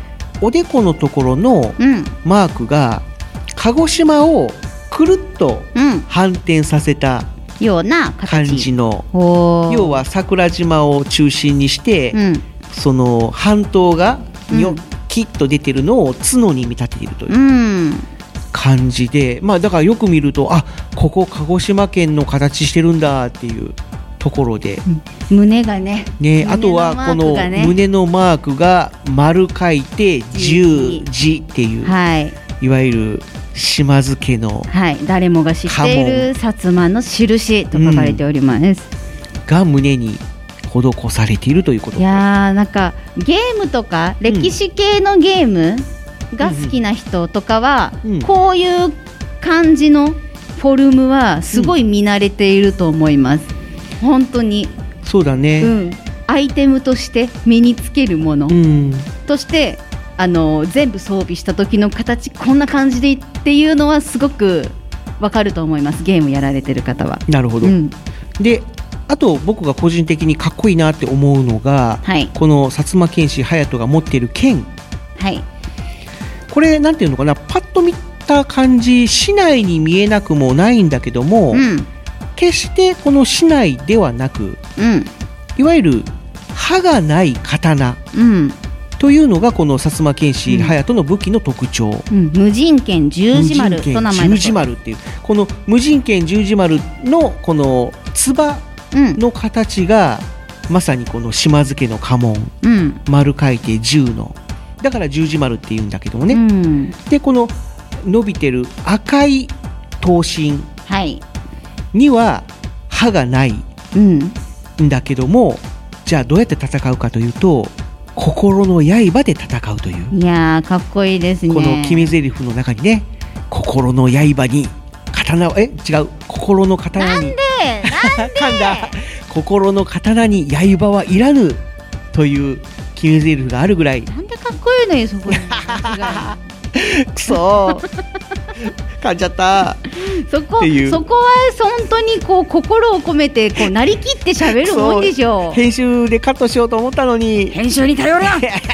おでこのところのマークが鹿児島をくるっと反転させたような感じの、要は桜島を中心にして、その半島がニョキッと出てるのを角に見立てているという感じで、まあだからよく見ると、あ、ここ鹿児島県の形してるんだっていうところで、 胸がね、 あとはこの胸のマークが丸書いて十字っていう、いわゆる島津家の、 誰もが知っている薩摩の印と書かれております、 が胸に施されているということで、 いやなんかゲームとか歴史系のゲームが好きな人とかは、こういう感じのフォルムはすごい見慣れていると思います、本当に。 そうだね、 アイテムとして身につけるもの、として全部装備した時の形こんな感じでっていうのはすごくわかると思います、ゲームやられてる方は。 なるほど、であと僕が個人的にかっこいいなって思うのが、この薩摩剣士隼人が持っている剣、これなんていうのかな、パッと見た感じ市内に見えなくもないんだけども、決してこの市内ではなく、いわゆる刃がない刀、というのがこの薩摩剣士隼人の武器の特徴、 無人剣十字丸と名前だ。 十字丸っていうこの無人剣十字丸のこのつばの形が、まさにこの島津家の家紋、丸書いて十の、だから十字丸っていうんだけどもね、でこの伸びてる赤い刀身には刃がないんだけども、じゃあどうやって戦うかというと、心の刃で戦うという。 いやーかっこいいですね。 この決め台詞の中にね、心の刃に刀を違う、心の刀になんで噛んだ、心の刀に刃はいらぬという決め台詞があるぐらい。 なんでかっこいいのよそこにくそ噛んじゃったそこは本当にこう心を込めてこうなりきって喋るもんでしょう。 編集でカットしようと思ったのに、 編集に頼るな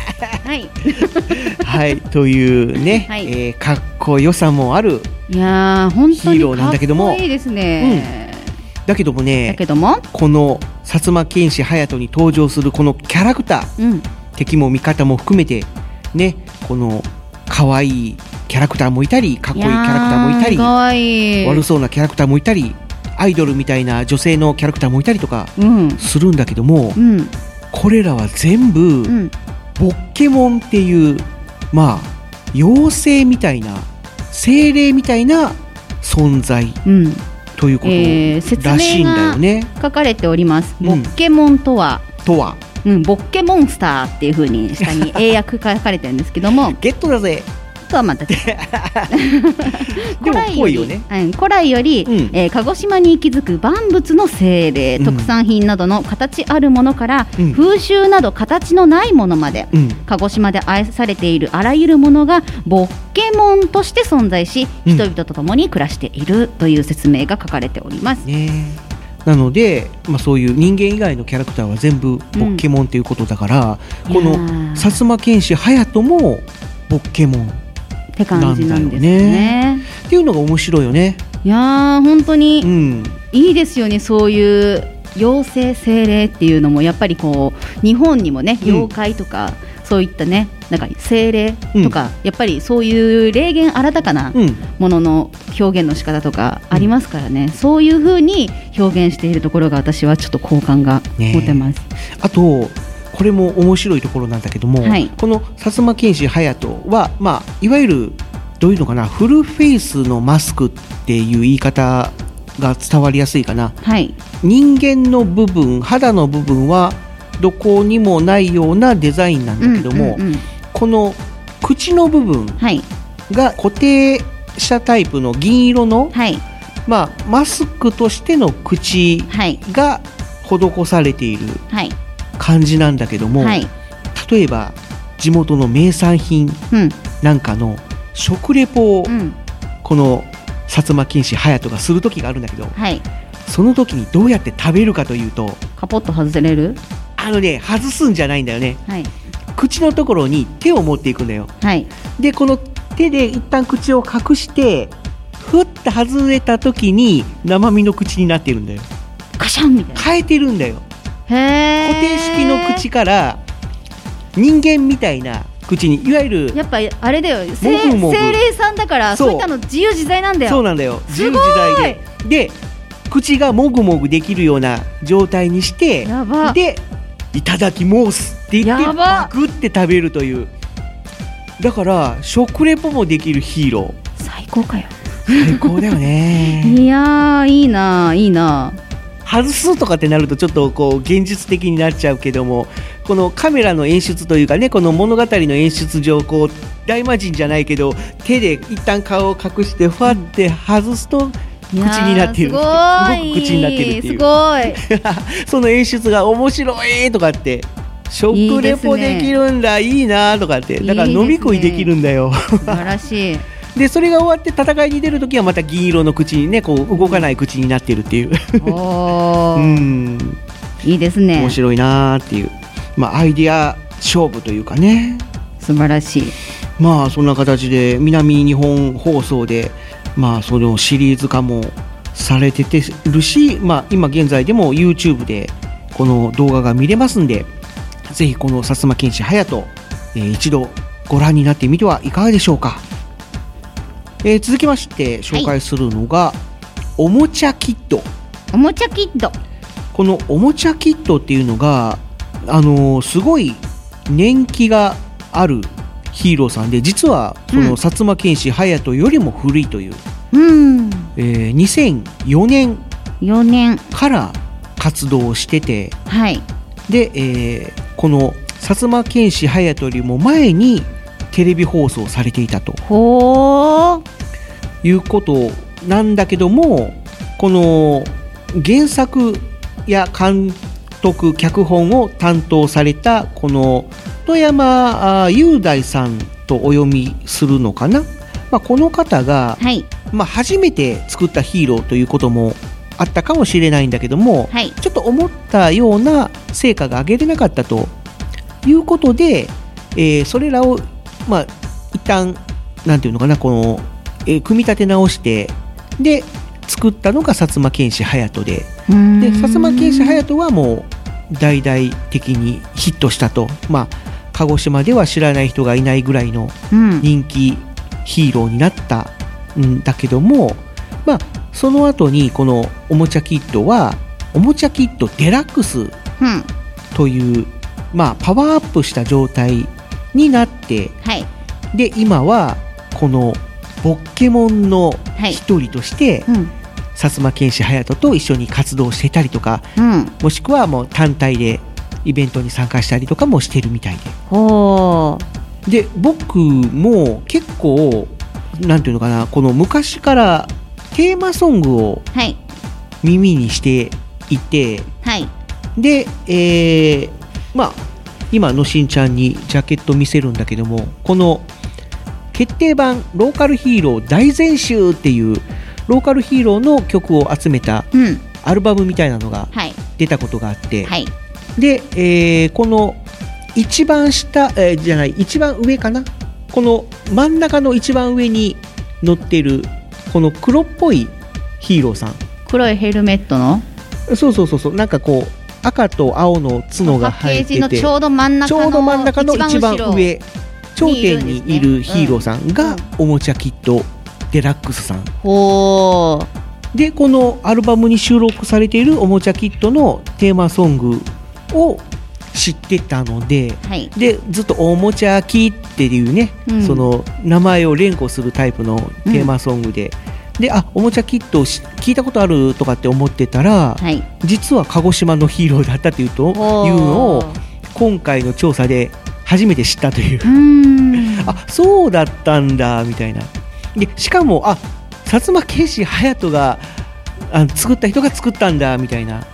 はい、というね、かっこよさもあるいや本当にヒーローなんだけども、 かっこいいですね、 だけどもね、この薩摩剣士隼人に登場するこのキャラクター、敵も味方も含めてね、この可愛いキャラクターもいたり、かっこいいキャラクターもいたり、 かわいい悪そうなキャラクターもいたり、アイドルみたいな女性のキャラクターもいたりとかするんだけども、これらは全部、ボッケモンっていう、まあ妖精みたいな、精霊みたいな存在、ということらしいんだよね。 書かれております。ボッケモンとは、 ボッケモンスターっていう風に下に英訳書かれてるんですけどもゲットだぜとはまたでもぽいよね。 古来より、鹿児島に息づく万物の精霊、特産品などの形あるものから、風習など形のないものまで、鹿児島で愛されているあらゆるものがボッケモンとして存在し、人々と共に暮らしているという説明が書かれております、 なので、そういう人間以外のキャラクターは全部ボッケモンということだから、この薩摩剣士隼人もボッケモンって感じなんですね。 っていうのが面白いよね。 いやー本当にいいですよね、そういう妖精精霊っていうのもやっぱりこう日本にもね、妖怪とか、そういったね、なんか精霊とか、やっぱりそういう霊言新たかなものの表現の仕方とかありますからね、そういう風に表現しているところが私はちょっと好感が持てます。 あとこれも面白いところなんだけども、この薩摩剣士隼人は、いわゆるどういうのかな、フルフェイスのマスクっていう言い方が伝わりやすいかな、人間の部分、肌の部分はどこにもないようなデザインなんだけども、この口の部分が固定したタイプの銀色の、マスクとしての口が施されている感じなんだけども、例えば地元の名産品なんかの食レポを、この薩摩剣士隼人がする時があるんだけど、その時にどうやって食べるかというと、 カポッと外せれる？ 外すんじゃないんだよね、 口のところに手を持っていくんだよ、 はい、 でこの手で一旦口を隠してふって外れた時に生身の口になってるんだよ。 カシャンみたいな変えてるんだよ。 へ固定式の口から人間みたいな口に、いわゆるやっぱあれだよ、 もぐもぐ精霊さんだからそういったの自由自在なんだよ。 そうなんだよ、自由自在で口がもぐもぐできるような状態にして、でいただきますって言ってバクって食べるという。だから食レポもできるヒーロー、 最高かよ。 最高だよねいやー、いいないいな。 外すとかってなるとちょっとこう現実的になっちゃうけども、このカメラの演出というかね、この物語の演出上、こう大魔神じゃないけど手で一旦顔を隠してファって外すと口になっている、動く口になっているっていう、 すごいその演出が面白いとかって、食レポできるんだ、いいなとかって、だから飲み食いできるんだよ。 素晴らしい。 でそれが終わって戦いに出るときはまた銀色の口にね、こう動かない口になっているっていういいですね、 面白いなっていう、アイディア勝負というかね、 素晴らしい。 そんな形で南日本放送でそのシリーズ化もされててるし、今現在でも YouTube でこの動画が見れますんで、ぜひこの薩摩剣士隼人、一度ご覧になってみてはいかがでしょうか。続きまして紹介するのが、おもちゃキット。 おもちゃキット、 このおもちゃキットっていうのがすごい年季があるヒーローさんで、実はその薩摩剣士隼人よりも古いという、2004年から活動をしてて、 はい、 で、この薩摩剣士隼人よりも前にテレビ放送されていたということなんだけども、この原作や監督脚本を担当されたこの富山雄大さんとお読みするのかな、この方が、初めて作ったヒーローということもあったかもしれないんだけども、ちょっと思ったような成果が上げれなかったということで、それらを一旦なんていうのかな、この、組み立て直してで作ったのが薩摩剣士隼人で、薩摩剣士隼人はもう大々的にヒットしたと、鹿児島では知らない人がいないぐらいの人気ヒーローになったんだけども、その後にこのおもちゃキットはおもちゃキットデラックスという、パワーアップした状態になって、で今はこのポケモンの一人として、薩摩剣士隼人と一緒に活動してたりとか、もしくはもう単体でイベントに参加したりとかもしてるみたいで、で僕も結構なんていうのかな、この昔からテーマソングを耳にしていて、で、今のしんちゃんにジャケット見せるんだけども、この決定版ローカルヒーロー大全集っていうローカルヒーローの曲を集めたアルバムみたいなのが出たことがあって、で、この一番下、じゃない一番上かな、この真ん中の一番上に乗ってるこの黒っぽいヒーローさん、 黒いヘルメットの、 そうなんかこう赤と青の角が入ってて、 パッケージのちょうど真ん中の一番上頂点にいるヒーローさんがおもちゃキットデラックスさんで、このアルバムに収録されているおもちゃキットのテーマソングを知ってたので、でずっとおもちゃキっていうね、その名前を連呼するタイプのテーマソングで、でおもちゃキット聞いたことあるとかって思ってたら、実は鹿児島のヒーローだったというのを今回の調査で初めて知ったというそうだったんだみたいな。でしかも薩摩剣士隼人が作った人が作ったんだみたいな、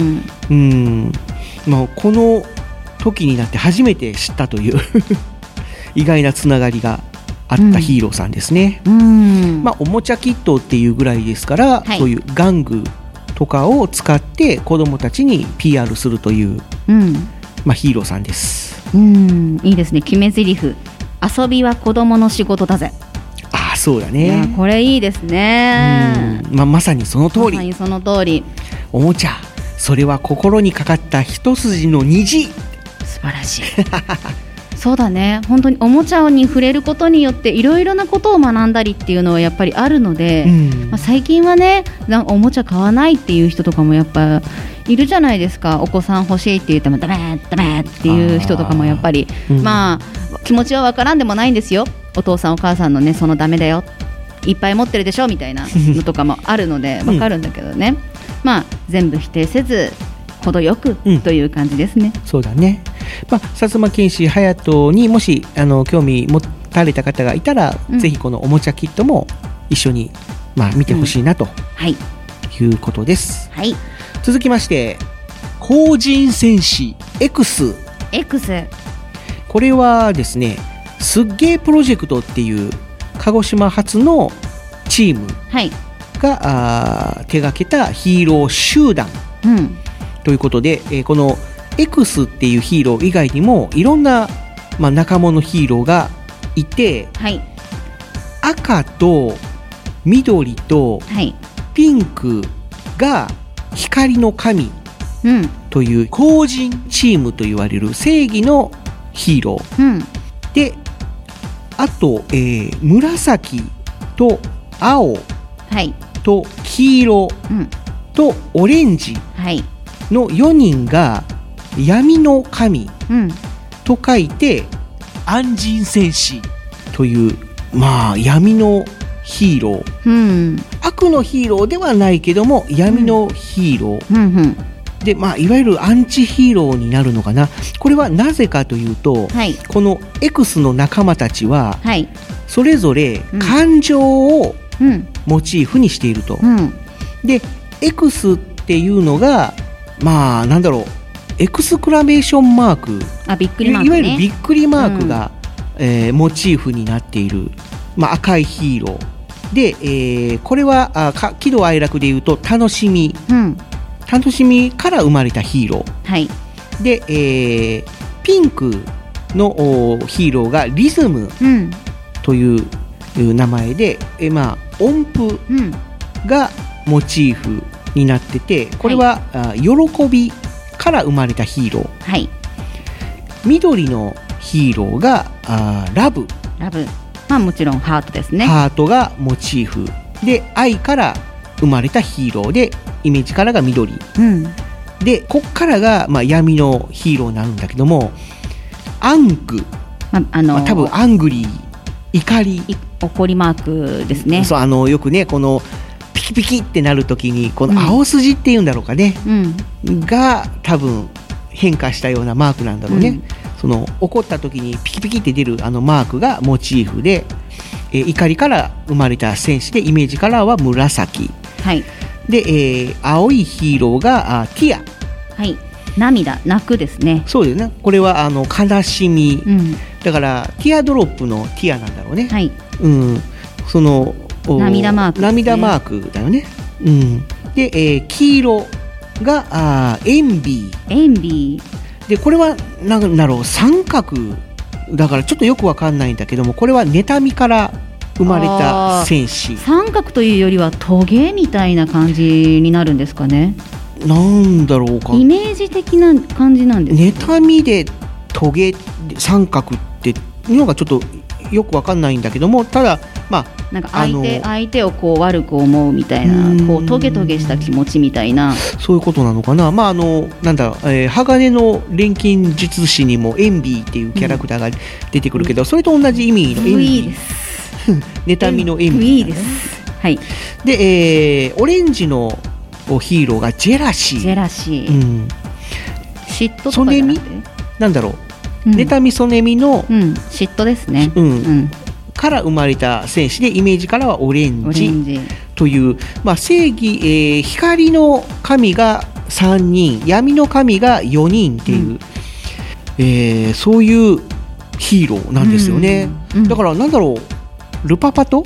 この時になって初めて知ったという意外なつながりがあったヒーローさんですね。おもちゃキットっていうぐらいですから、そういう玩具とかを使って子どもたちに PR するという、ヒーローさんです。 いいですね。決め台詞、遊びは子供の仕事だぜ。 あ、そうだね。 これいいですね。 まさにその通り。 まさにその通り。 おもちゃ、それは心にかかった一筋の虹。 素晴らしい。そうだね。本当におもちゃに触れることによっていろいろなことを学んだりっていうのはやっぱりあるので、最近はね、おもちゃ買わないっていう人とかもやっぱいるじゃないですか。お子さん欲しいって言ってもダメダメっていう人とかもやっぱり、まあ気持ちはわからんでもないんですよ。お父さんお母さんのね、そのダメだよ、いっぱい持ってるでしょみたいなのとかもあるのでわかるんだけどね、まあ全部否定せず程よくという感じですね。 そうだね。薩摩剣士隼人にもし興味持たれた方がいたら、ぜひこのおもちゃキットも一緒に、見てほしいなと、いうことです。続きまして後人戦士 X。これはですね、すっげープロジェクトっていう鹿児島発のチームが、手掛けたヒーロー集団、ということで、この X っていうヒーロー以外にもいろんな、仲間のヒーローがいて、赤と緑とピンクが光の神という後人チームと言われる正義のヒーロー、で、あと、紫と青と黄色とオレンジの4人が闇の神と書いて暗人戦士という、闇のヒーロー、悪のヒーローではないけども闇のヒーロー、で、いわゆるアンチヒーローになるのかな。これはなぜかというと、この X の仲間たちは、それぞれ感情をモチーフにしていると、で X っていうのがなんだろう、エクスクラメーションマーク、 びっくりマークね、 いわゆるびっくりマークが、モチーフになっている、赤いヒーローで、これは喜怒哀楽でいうと楽しみ、楽しみから生まれたヒーロー、で、ピンクのヒーローがリズムという名前で、音符がモチーフになってて、これは、喜びから生まれたヒーロー、緑のヒーローがラブ、 もちろんハートですね。 ハートがモチーフで、愛から生まれたヒーローで、イメージカラーが緑、でこっからが、闇のヒーローになるんだけども、アング、多分アングリー、怒り、 怒りマークですね。 そう、よくね、このピキピキってなるときにこの青筋っていうんだろうかね、が多分変化したようなマークなんだろうね、その怒った時にピキピキって出るマークがモチーフで、怒りから生まれた戦士で、イメージカラーは紫、で、青いヒーローがティア、 涙、泣くですね。 そうですね。これは悲しみ、だからティアドロップのティアなんだろうね、その涙マーク、 涙マークだよね、で、黄色がエンビーで、これは何だろう、三角だからちょっとよくわかんないんだけども、これは妬みから生まれた戦士。 三角というよりはトゲみたいな感じになるんですかね。 なんだろうか、 イメージ的な感じなんですか。妬みでトゲ三角っていうのがちょっとよくわかんないんだけども、ただなんか相手をこう悪く思うみたいな、こうトゲトゲした気持ちみたいな、 そういうことなのかな。なんだ、鋼の錬金術師にもエンビーっていうキャラクターが出てくるけど、それと同じ意味のエンビーです。妬みのエンビー、 です。 で、オレンジのヒーローがジェラシー、 嫉妬とかじゃなくて、 なんだろう、妬みそねみの、 嫉妬ですね、 から生まれた戦士で、イメージからはオレンジという、正義、光の神が3人、闇の神が4人っていう、そういうヒーローなんですよね、だからなんだろう、ルパパト、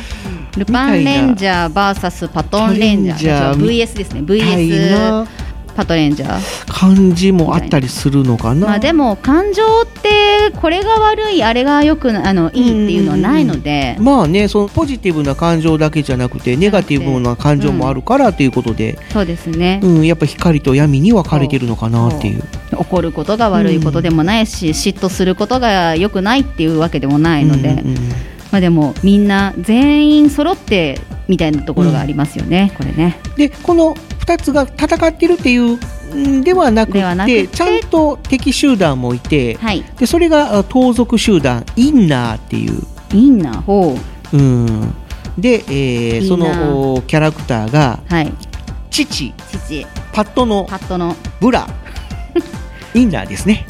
ルパンレンジャー VS パトンレンジャー、VS ですね、VS パトレンジャー感じもあったりするのかな。 まあ、でも感情ってこれが悪いあれがよくいいっていうのはないので、 まあね、そのポジティブな感情だけじゃなくてネガティブな感情もあるからということで、 そうですね、 やっぱ光と闇に分かれてるのかなっていう。 怒ることが悪いことでもないし、嫉妬することが良くないっていうわけでもないので、まあ、でもみんな全員揃ってみたいなところがありますよね、これね。 でこの2つが戦ってるっていうではなくて、ちゃんと敵集団もいて、はい、でそれが盗賊集団インナーっていうインナーほう、で、そのキャラクターが、はい、父パッドのブラインナーですね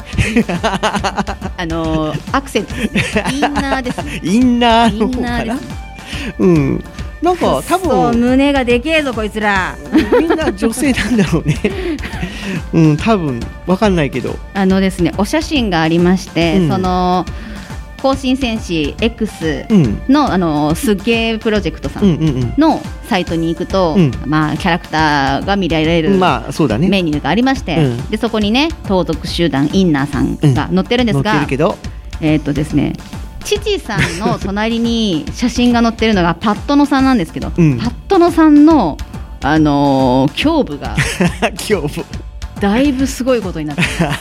アクセントですね。インナーですね。 インナーの方かな。なんか多分胸がでけえぞこいつら。 みんな女性なんだろうね。多分わかんないけど。 ですね、お写真がありまして、その更新戦士 X の、すっげープロジェクトさんのサイトに行くと、まあ、キャラクターが見られるメニューがありまして、でそこにね盗賊集団インナーさんが載ってるんですが、ですね、父さんの隣に写真が載ってるのがパッドノさんなんですけど、パッドノさんの、胸部がだいぶすごいことになって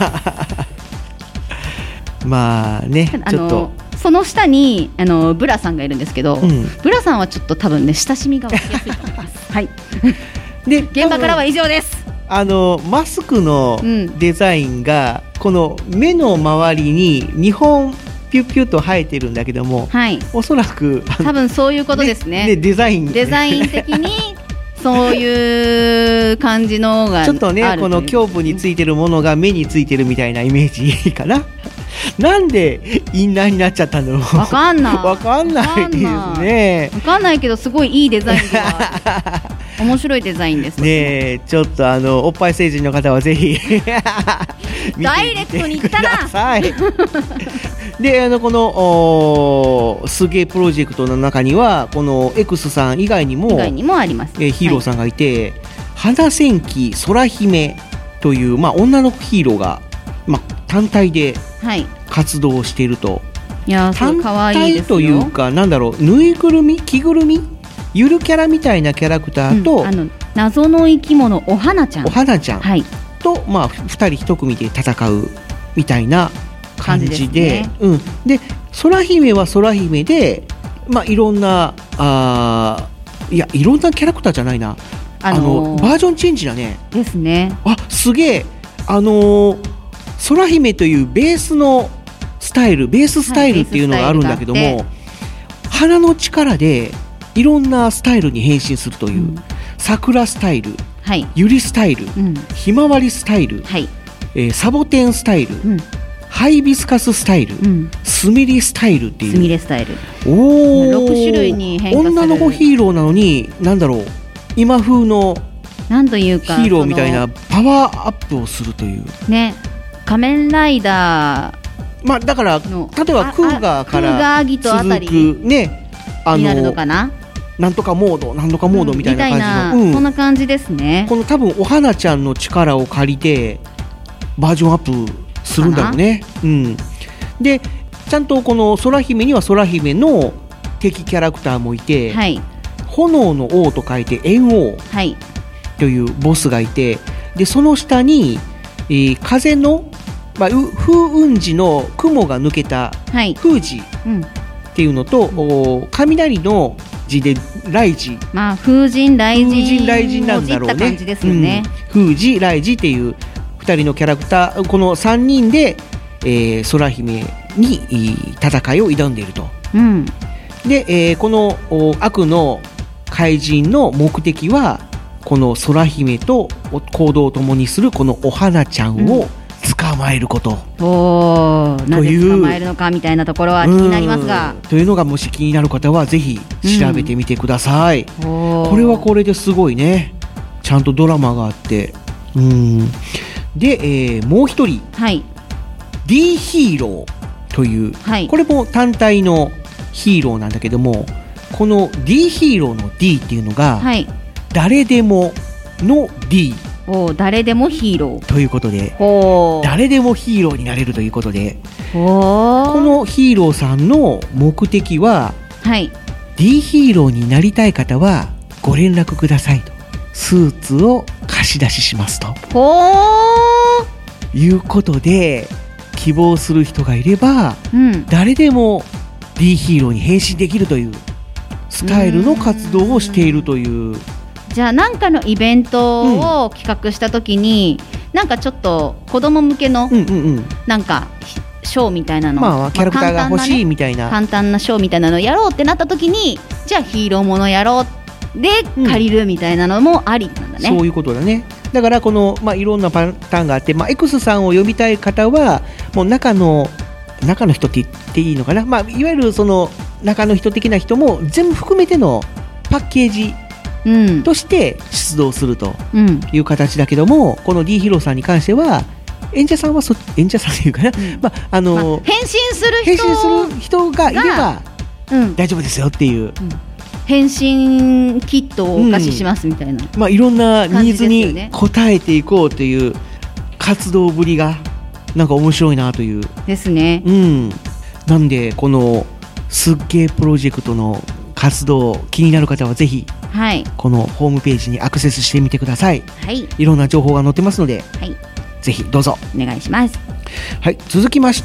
まあね、ちょっとその下にブラさんがいるんですけど、ブラさんはちょっと多分ね親しみが湧きやすいと思います。はい。で現場からは以上です。 マスクのデザインがこの目の周りに2本ピュッピュッと生えてるんだけども、はい、おそらく多分そういうことですね。 デザイン的にそういう感じのがある。 ちょっとね、この胸部についてるものが目についてるみたいなイメージかな。なんでインナーになっちゃったんだろう。 わかんない。 わかんないですね。 わかんないけどすごいいいデザインでは面白いデザインですね。ちょっとおっぱい成人の方はぜひダイレクトに行ったな。 でこのすげえプロジェクトの中にはこの X さん以外にもあります、 ヒーローさんがいて、花千紀空姫という、女の子ヒーローが、単体で活動していると。 いや単体というか、なんだろう、ぬいぐるみ着ぐるみゆるキャラみたいなキャラクターと、 謎の生き物お花ちゃん、 はい、と、2人1組で戦うみたいな感じで、で空姫は空姫で、いろんないろんなキャラクターじゃないな、バージョンチェンジだね。 ですね。 すげえ、空姫というベーススタイルっていうのがあるんだけども、花の力でいろんなスタイルに変身するという、桜スタイル、ゆりスタイル、ひまわりスタイル、サボテンスタイル、ハイビスカススタイル、スミレスタイルっていう、 スミレスタイル、 6 種類に変化する女の子ヒーローなのに、なんだろう、今風のなんというかヒーローみたいなパワーアップをするというね。仮面ライダー、だから例えばクーガーから続くね、 になるのかな、 なんとかモードみたいな感じの、 そんな感じですね。 この多分お花ちゃんの力を借りてバージョンアップするんだろうね。でちゃんとこの空姫には空姫の敵キャラクターもいて、炎の王と書いて炎王というボスがいて、でその下に、風の、風雲児の雲が抜けた風児っていうのと、雷の字で雷児、 風神雷神なんだろうね。 感じですよね。 風神雷児っていう2人のキャラクター、この3人で、空姫に戦いを挑んでいると。で、この悪の怪人の目的はこの空姫と行動を共にするこのお花ちゃんを捕まえること、 なぜ捕まえるのかみたいなところは気になりますが、 というのがもし気になる方はぜひ調べてみてください。これはこれですごいね、ちゃんとドラマがあって、で、もう一人、D ヒーローという、これも単体のヒーローなんだけども、この D ヒーローの D っていうのが、誰でもの D 誰でもヒーローということで、誰でもヒーローになれるということで、このヒーローさんの目的は、D ヒーローになりたい方はご連絡くださいと、スーツを貸し出ししますということで、希望する人がいれば、誰でも D ヒーローに変身できるというスタイルの活動をしているという。 じゃあ何かのイベントを企画したときに、なんかちょっと子供向けのなんかショーみたいなの、 キャラクターが欲しいみたいな、 簡単なショーみたいなのをやろうってなったときに、じゃあヒーローものやろうで借りるみたいなのもありなんだね。 そういうことだね。だからこの、いろんなパターンがあって、X さんを呼びたい方はもう中の人って言っていいのかな、いわゆるその中の人的な人も全部含めてのパッケージとして出動するという形だけども、この D ヒーローさんに関しては演者さんは演者さんというかな、 変身する人がいれば大丈夫ですよっていう、 変身キットをお貸ししますみたいな、 いろんなニーズに応えていこうという活動ぶりがなんか面白いなというですね。 なんでこのすっげープロジェクトの活動気になる方はぜひ、このホームページにアクセスしてみてください。いろんな情報が載ってますので、ぜひどうぞお願いします。 続きまして、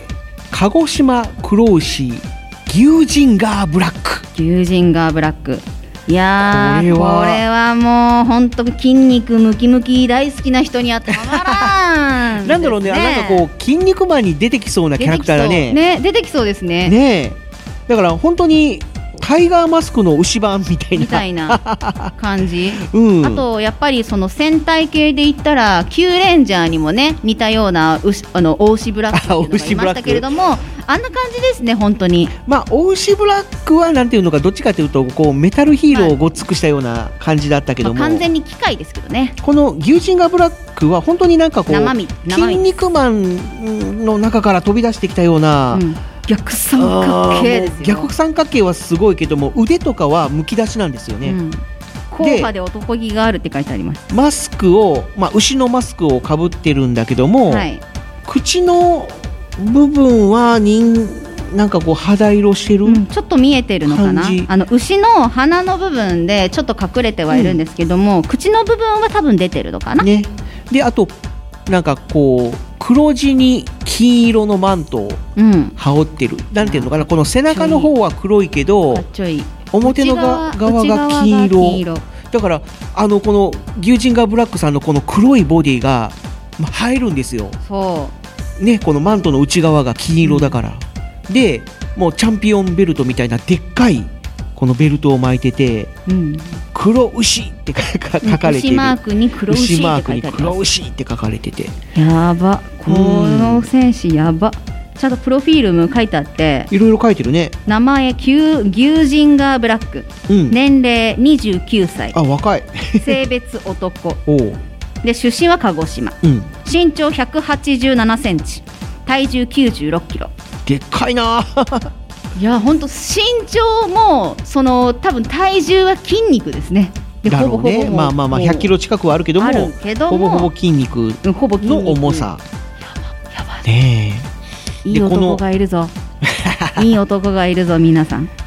鹿児島黒牛牛ジンガーブラック。いやー、これはもう本当筋肉ムキムキ大好きな人にはたまらんなんだろうね、なんかこう筋肉マンに出てきそうなキャラクターだね。 出てきそうですね。 だから本当にタイガーマスクの牛版みたいな感じ、あとやっぱりその戦隊系で言ったらキューレンジャーにもね似たようなオウシブラックっていうのがいましたけれども、あんな感じですね本当に。 オウシブラックはなんていうのか、どっちかというとこうメタルヒーローをごっつくしたような感じだったけども、 完全に機械ですけどね。 この牛ジンガーブラックは本当になんかこう筋肉マンの中から飛び出してきたような、 逆三角形ですよ。 逆三角形はすごいけども、腕とかはむき出しなんですよね。 硬派で男気があるって書いてあります。 マスクを、牛のマスクをかぶってるんだけども、口の部分はなんかこう肌色してる、 ちょっと見えてるのかな。牛の鼻の部分でちょっと隠れてはいるんですけども、口の部分は多分出てるのかな。であとなんかこう黒地に金色のマントを羽織ってる、なんていうのかな、この背中の方は黒いけど表の側が金色だから、この牛ジンガーブラックさんのこの黒いボディが映えるんですよ。ね、このマントの内側が金色だから、でもうチャンピオンベルトみたいなでっかいこのベルトを巻いてて、黒牛って書かれてる、 牛マークに黒牛って書いてあります。 黒牛って書かれてて、 やば、この選手やば。ちゃんとプロフィールも書いてあって、 いろいろ書いてるね。 名前牛ジンガーブラック、年齢29歳、 若い性別男で、出身は鹿児島、身長187センチ、体重96キロ。 でっかいな。 いや本当身長もその多分体重は筋肉ですね。でほぼほぼ100キロ近くはあるけども、ほぼほぼ筋肉の重さ。 やばいいい男がいるぞいい男がいるぞ皆さん。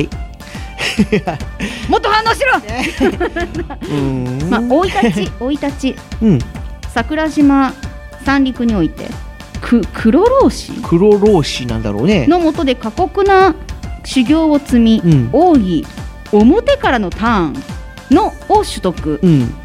もっと反応しろ生い立ち、桜島三陸において黒老子なんだろうねの下で過酷な修行を積み、奥義表からのターンのを習得、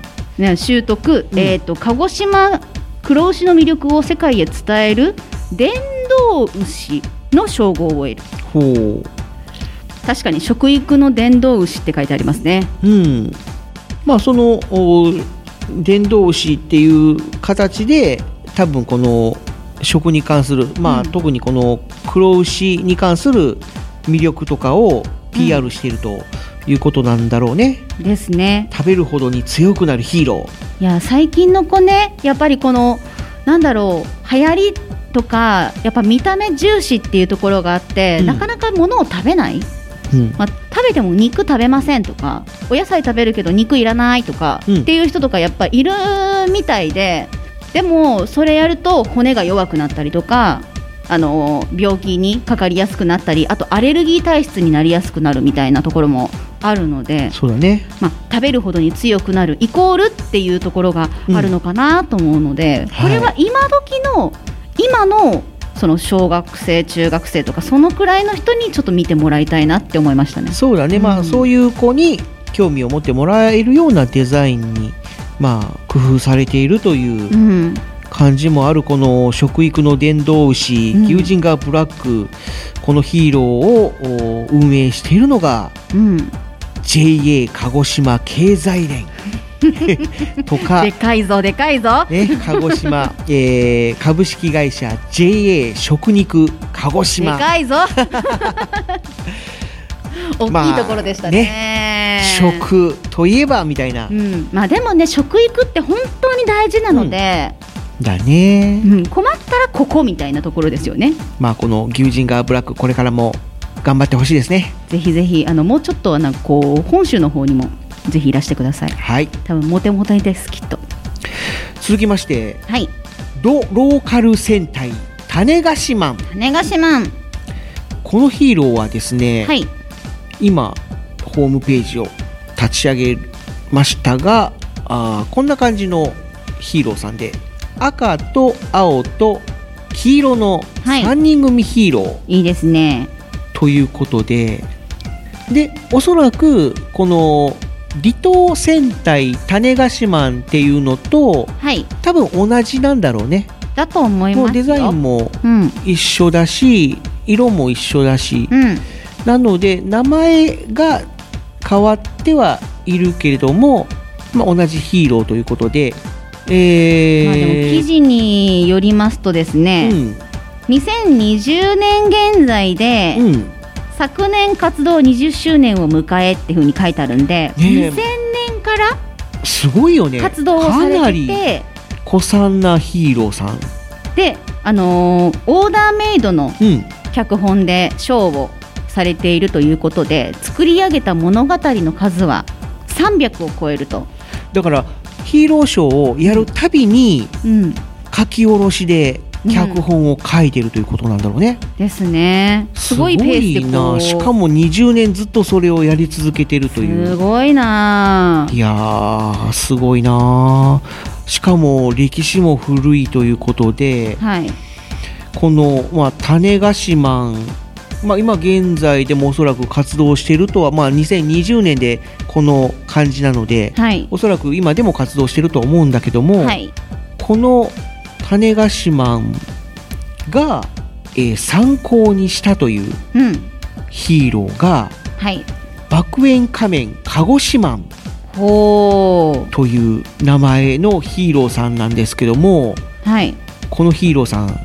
鹿児島黒牛の魅力を世界へ伝える伝道牛の称号を得る。確かに食育の伝道牛って書いてありますね。 その伝道牛っていう形で多分この食に関する、特にこの黒牛に関する魅力とかを PR しているということなんだろうね。 ですね。 食べるほどに強くなるヒーロー。いや最近の子ね、やっぱりこのなんだろう、流行りとかやっぱ見た目重視っていうところがあって、なかなか物を食べない、食食べても肉食べませんとか、お野菜食べるけど肉いらないとか、っていう人とかやっぱいるみたいで、でもそれやると骨が弱くなったりとか、病気にかかりやすくなったり、あとアレルギー体質になりやすくなるみたいなところもあるので、 そうだね、 食べるほどに強くなるイコールっていうところがあるのかなと思うので、これは今のその小学生中学生とかそのくらいの人にちょっと見てもらいたいなって思いましたね。 そうだね、そういう子に興味を持ってもらえるようなデザインに、工夫されているという感じもある、この食育の伝道牛、ギュージンガーブラック、このヒーローを運営しているのが、JA 鹿児島経済連とかでかいぞ、 鹿児島、株式会社 JA 食肉鹿児島、 でかいぞ大きいところでしたね。 食といえばみたいな、 でもね、食育って本当に大事なので、 だね、 困ったらここみたいなところですよね。 このギュージンガーブラック、これからも頑張ってほしいですね。 ぜひぜひもうちょっと本州の方にもぜひいらしてください。 はい、 多分モテモテですきっと。 続きまして、 はい、 ドローカル戦隊種子島。このヒーローはですね、今ホームページを立ち上げましたが、こんな感じのヒーローさんで、赤と青と黄色の3人組ヒーロー、 いいですね。 ということで、おそらくこの離島戦隊種子島っていうのと、多分同じなんだろうね。 だと思いますよ。 デザインも一緒だし、色も一緒だし、なので名前が変わってはいるけれども、同じヒーローということで、 でも記事によりますとですね、2020年現在で、昨年活動20周年を迎えっていう風に書いてあるんで、2000年からすごいよね、 活動をされてて、 かなり古参なヒーローさんで、オーダーメイドの脚本でショーをされているということで、作り上げた物語の数は300を超えると。 だからヒーローショーをやるたびに、書き下ろしで脚本を書いてるということなんだろうね。 ですね。すごいペースでこう、 しかも20年ずっとそれをやり続けてるという。 すごいな。 いやー、すごいな。しかも歴史も古いということで、この、種子島、今現在でもおそらく活動しているとは、2020年でこの感じなので、おそらく今でも活動していると思うんだけども、この種子島が、参考にしたというヒーローが、爆炎仮面鹿児島という名前のヒーローさんなんですけども、このヒーローさん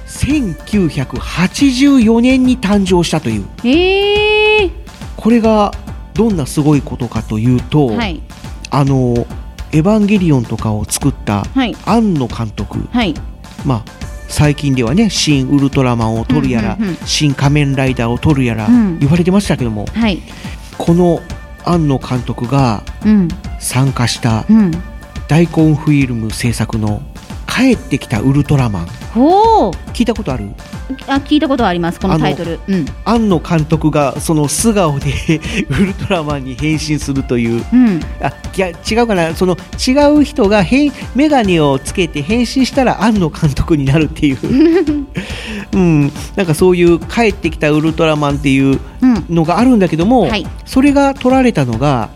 1984年に誕生したという、これがどんなすごいことかというと、エヴァンゲリオンとかを作った庵野監督、最近ではね、新ウルトラマンを撮るやら、新仮面ライダーを撮るやら言われてましたけども、この庵野監督が参加した大根フィルム制作の帰ってきたウルトラマン、聞いたことある？ 聞いたことはあります、このタイトル。 庵野監督がその素顔でウルトラマンに変身するという、いや違うかな、その違う人が眼鏡をつけて変身したら庵野監督になるっていうなんかそういう帰ってきたウルトラマンっていうのがあるんだけども、それが撮られたのが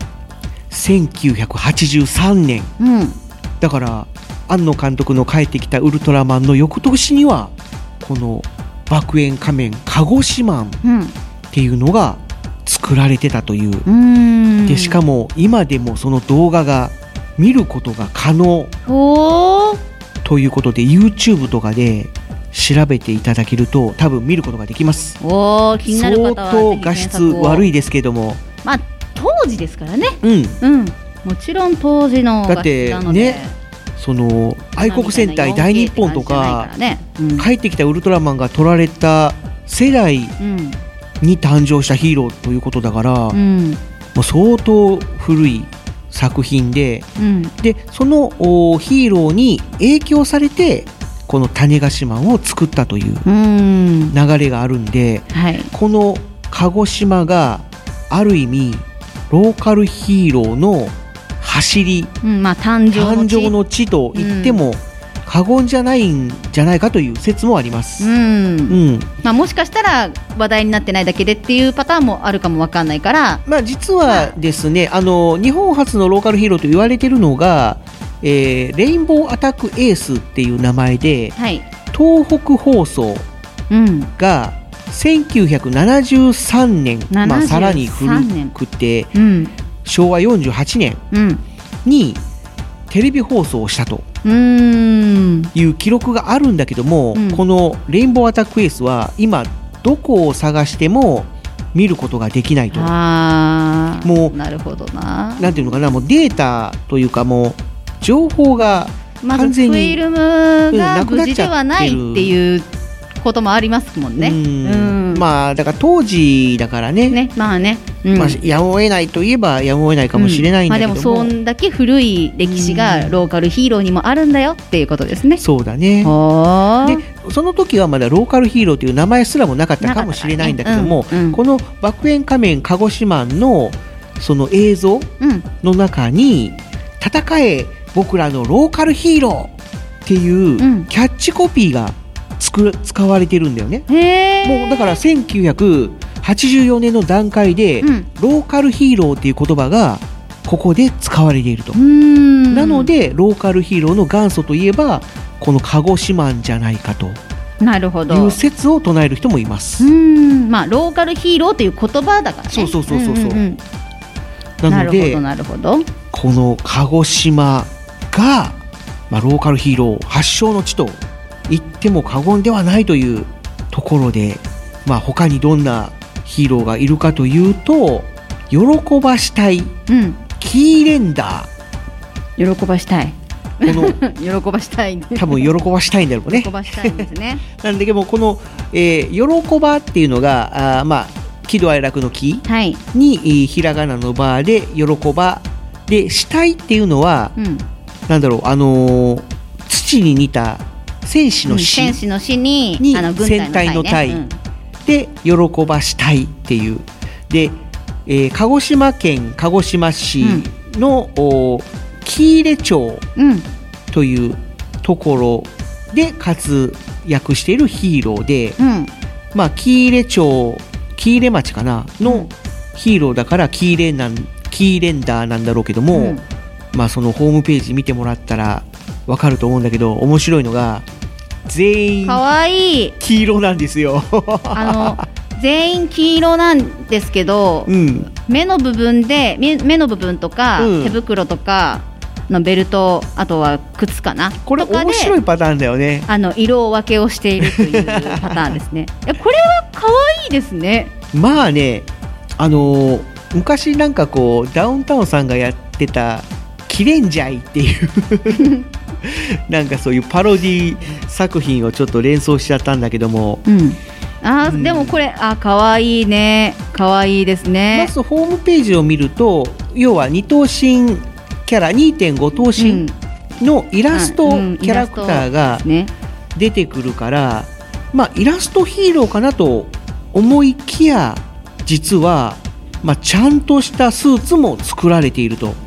1983年、だから庵野監督の帰ってきたウルトラマンの翌年にはこの爆炎仮面鹿児島っていうのが作られてたという、でしかも今でもその動画が見ることが可能ということで YouTube とかで調べていただけると多分見ることができます。 気になる方は相当画質悪いですけども、 当時ですからね。もちろん当時の画質なので、 だってね、その愛国戦隊大日本とか、帰ってきたウルトラマンが撮られた世代に誕生したヒーローということだから、もう相当古い作品で、でそのヒーローに影響されてこの種子島を作ったという流れがあるんで、この鹿児島がある意味ローカルヒーローの走り、誕生の地と言っても過言じゃないんじゃないかという説もあります。 もしかしたら話題になってないだけでっていうパターンもあるかもわかんないから、 実はですね、日本初のローカルヒーローと言われてるのが、レインボーアタックエースっていう名前で、東北放送が1973年、さらに古くて、昭和48年にテレビ放送をしたという記録があるんだけども、このレインボーアタックエースは今どこを探しても見ることができないと。もうなるほどな。 なんていうのかな、もうデータというかもう情報が完全にフィルムが無事ではないっていうこともありますもんね。だから当時だからね、やむを得ないといえばやむを得ないかもしれないんだけども、でもそんだけ古い歴史がローカルヒーローにもあるんだよっていうことですね。 そうだね。でその時はまだローカルヒーローという名前すらもなかったかもしれないんだけども、この爆炎仮面鹿児島のその映像の中に、戦え僕らのローカルヒーローっていうキャッチコピーが使われてるんだよね。もうだから1984年の段階で、ローカルヒーローっていう言葉がここで使われていると。なのでローカルヒーローの元祖といえばこの鹿児島じゃないかという説を唱える人もいます。 ローカルヒーローという言葉だからね。 なのでこの鹿児島が、ローカルヒーロー発祥の地と言っても過言ではないというところで、他にどんなヒーローがいるかというと、喜ばしたい、キーレンダー。喜ばしたい。この喜ばしたい。 多分喜ばしたいんだろうね。 喜ばしたいんですね。 なんだけどもこの、喜ばっていうのが喜怒哀楽の喜に、ひらがなのばで喜ばで、したいっていうのは、なんだろう、土に似た戦士の死、 戦士の死に戦隊の隊で喜ばしたいっていうで、鹿児島県鹿児島市の、喜入町というところで活躍しているヒーローで、喜入町喜入町かなのヒーローだからキーレンダーなんだろうけども、そのホームページ見てもらったらわかると思うんだけど、面白いのが全員黄色なんですよ。 全員黄色なんですけど、目の部分とか、手袋とかのベルト、あとは靴かな、 これ面白いパターンだよね。 色分けをしているというパターンですね。これは可愛いですね。 昔なんかこうダウンタウンさんがやってたキレンジャイっていうなんかそういうパロディ作品をちょっと連想しちゃったんだけども、 でもこれ可愛いね。可愛いですね。 まずホームページを見ると、要は2頭身キャラ 2.5 頭身のイラストキャラクターが出てくるから、イラストヒーローかなと思いきや、実はちゃんとしたスーツも作られていると。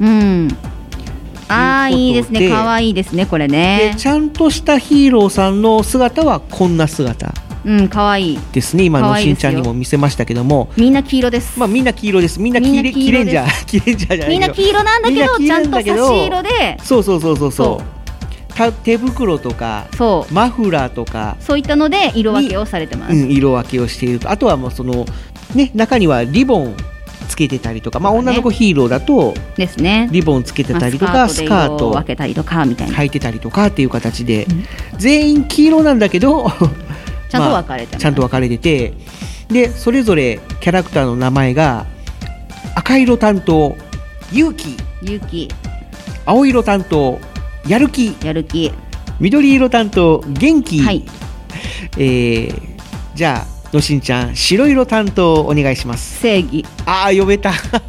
いいですね。可愛いですねこれね。 でちゃんとしたヒーローさんの姿はこんな姿。 可愛いですね。今のしんちゃんにも見せましたけども、 みんな黄色です。 みんな黄色です。みんなキレンジャーじゃないけど、 みんな黄色なんだけどちゃんと差し色で、 そう手袋とかマフラーとかそういったので色分けをされてます。 色分けをしていると。あとはもうそのね、中にはリボンつけてたりとか、女の子ヒーローだとですね、 リボンつけてたりとか、スカート分けたりとかみたいな履いてたりとかっていう形で、全員黄色なんだけどちゃんと分かれてます。 ちゃんと分かれてて、でそれぞれキャラクターの名前が、赤色担当勇気、青色担当やる気、緑色担当元気、じゃあのしんちゃん、白色担当お願いします。 正義。 ああ、呼べた。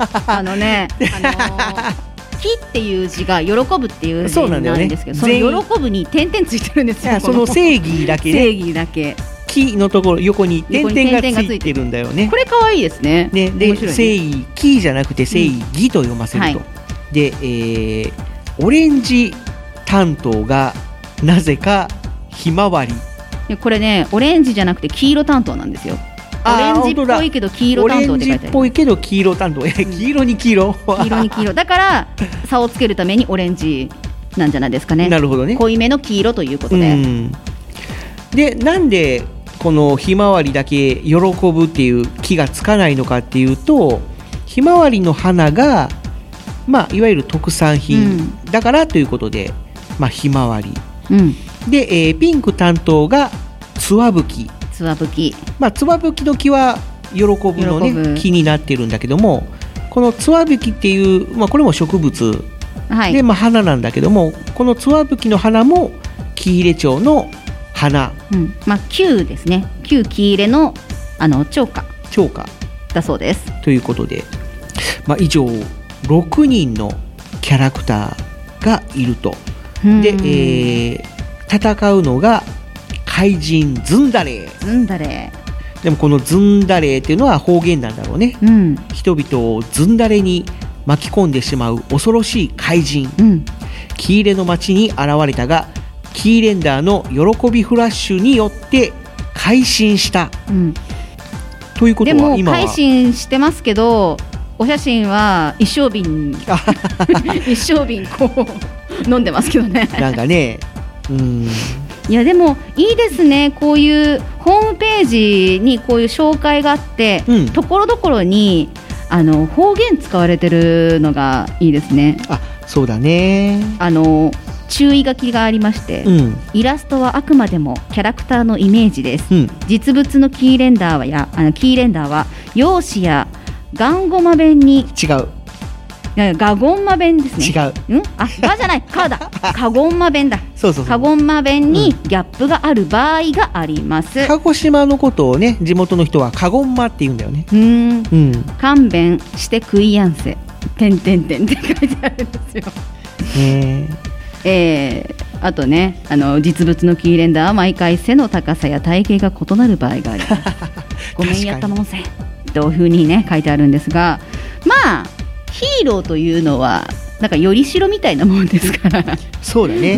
喜っていう字が喜ぶっていう字なんですけど、その喜ぶに点々ついてるんですよ。 その正義だけね。 正義だけ。 喜のところ横に点々がついてるんだよね。 これ可愛いですね。 で、正義喜じゃなくて正義と読ませると。で、オレンジ担当がなぜかひまわり。 これね、オレンジじゃなくて黄色担当なんですよ。オレンジっぽいけど黄色担当って書いてある。オレンジっぽいけど黄色担当。黄色に黄色。 黄色に黄色。だから差をつけるためにオレンジなんじゃないですかね。 なるほどね。 濃いめの黄色ということで。 で、なんでこのひまわりだけ喜ぶっていう木がつかないのかっていうと、ひまわりの花がいわゆる特産品だからということで、ひまわり。で、ピンク担当がつわぶき。 つわぶき。 つわぶきの木は喜ぶのね木になってるんだけども、このつわぶきっていう、これも植物で、花なんだけども、このつわぶきの花も喜入町の花。 旧ですね。旧喜入の町花だそうです。 ということで、以上6人のキャラクターがいると。で、戦うのが怪人ずんだれー。でもこのずんだれーっていうのは方言なんだろうね。人々をずんだれに巻き込んでしまう恐ろしい怪人。喜入の町に現れたが、キーレンダーの喜びフラッシュによって改心した。ということは今はでも改心してますけど、お写真は一升瓶こう飲んでますけどね。 なんかね、 いやでもいいですね。こういうホームページにこういう紹介があって、ところどころに方言使われてるのがいいですね。 そうだね。 注意書きがありまして、イラストはあくまでもキャラクターのイメージです。実物のキーレンダーは容姿やガンゴマ弁に違う。 ガゴンマ弁ですね。 違う。 ガじゃない、カだ。カゴンマ弁だ。 そう。 カゴンマ弁にギャップがある場合があります。 鹿児島のことをね、地元の人はカゴンマって言うんだよね。 勘弁して食いやんせ。てんてんてんって書いてあるんですよ。あとね、実物のキーレンダーは毎回背の高さや体型が異なる場合があります。ごめんやったもんせというふうにね書いてあるんですが、ヒーローというのはなんかよりしろみたいなもんですからそうだね。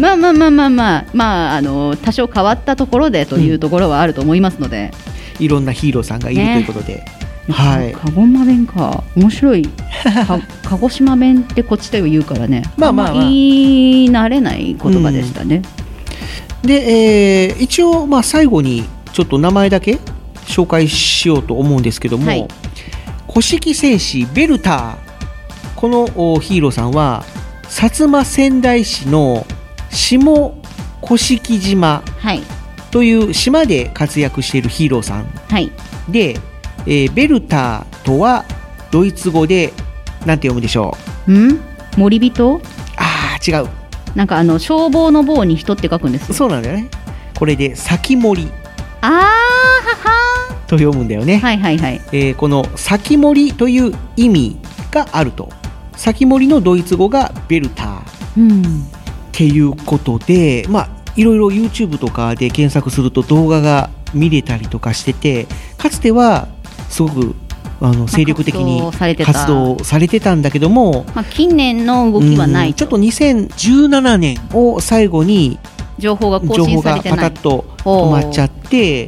多少変わったところでというところはあると思いますので、 いろんなヒーローさんがいるということで、 鹿児島弁か、面白い。鹿児島弁ってこっちで言うからね、言い慣れない言葉でしたね。 で、一応最後にちょっと名前だけ紹介しようと思うんですけども、古式戦士ベルター、このヒーローさんは薩摩川内市の下甑島という島で活躍しているヒーローさん、で、ベルターとはドイツ語でなんて読むでしょう？ 森人？ 違う。 なんか消防の棒に人って書くんですよ。 そうなんだよね。これで先森と読むんだよね。この先森という意味があると。先森のドイツ語がベルター、っていうことで、いろいろ YouTube とかで検索すると動画が見れたりとかしてて、かつてはすごく精力的に活動されてたんだけども、 近年の動きはないと。 ちょっと2017年を最後に情報が更新されてない。 パタッと止まっちゃって、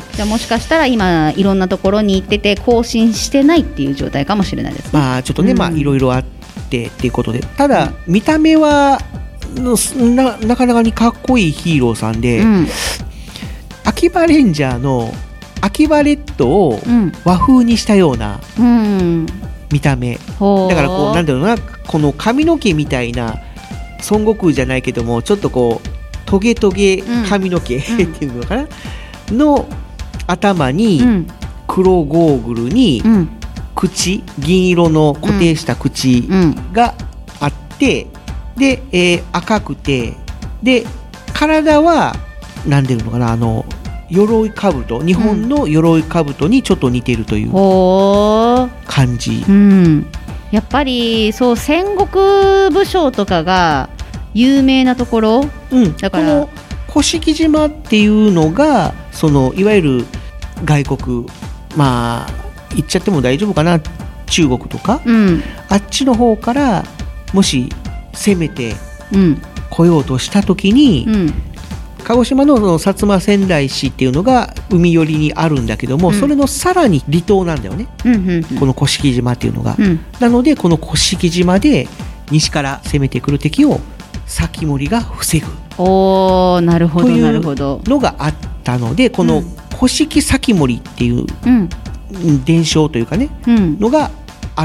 じゃあもしかしたら今いろんなところに行ってて更新してないっていう状態かもしれないですね。 ちょっとね、いろいろあってっていうことで、ただ見た目はなかなかにかっこいいヒーローさんで、秋葉レンジャーの秋葉レッドを和風にしたような見た目、だからこうなんだろうな、この髪の毛みたいな孫悟空じゃないけども、ちょっとこうトゲトゲ髪の毛、っていうのかなの頭に黒ゴーグルに口、銀色の固定した口があって、で、赤くて、で体はなんていうのかな、 鎧兜、日本の鎧兜にちょっと似てるという感じ、 やっぱりそう戦国武将とかが有名なところ、だからこの甑島っていうのがそのいわゆる外国、まあ言っちゃっても大丈夫かな、中国とか、あっちの方からもし攻めて来ようとした時に、鹿児島のその薩摩川内市っていうのが海寄りにあるんだけども、それのさらに離島なんだよね、この甑島っていうのが、なのでこの甑島で西から攻めてくる敵を先森が防ぐ、 なるほどなるほどのがあったので、この甑先森っていう伝承というかね、のがあって、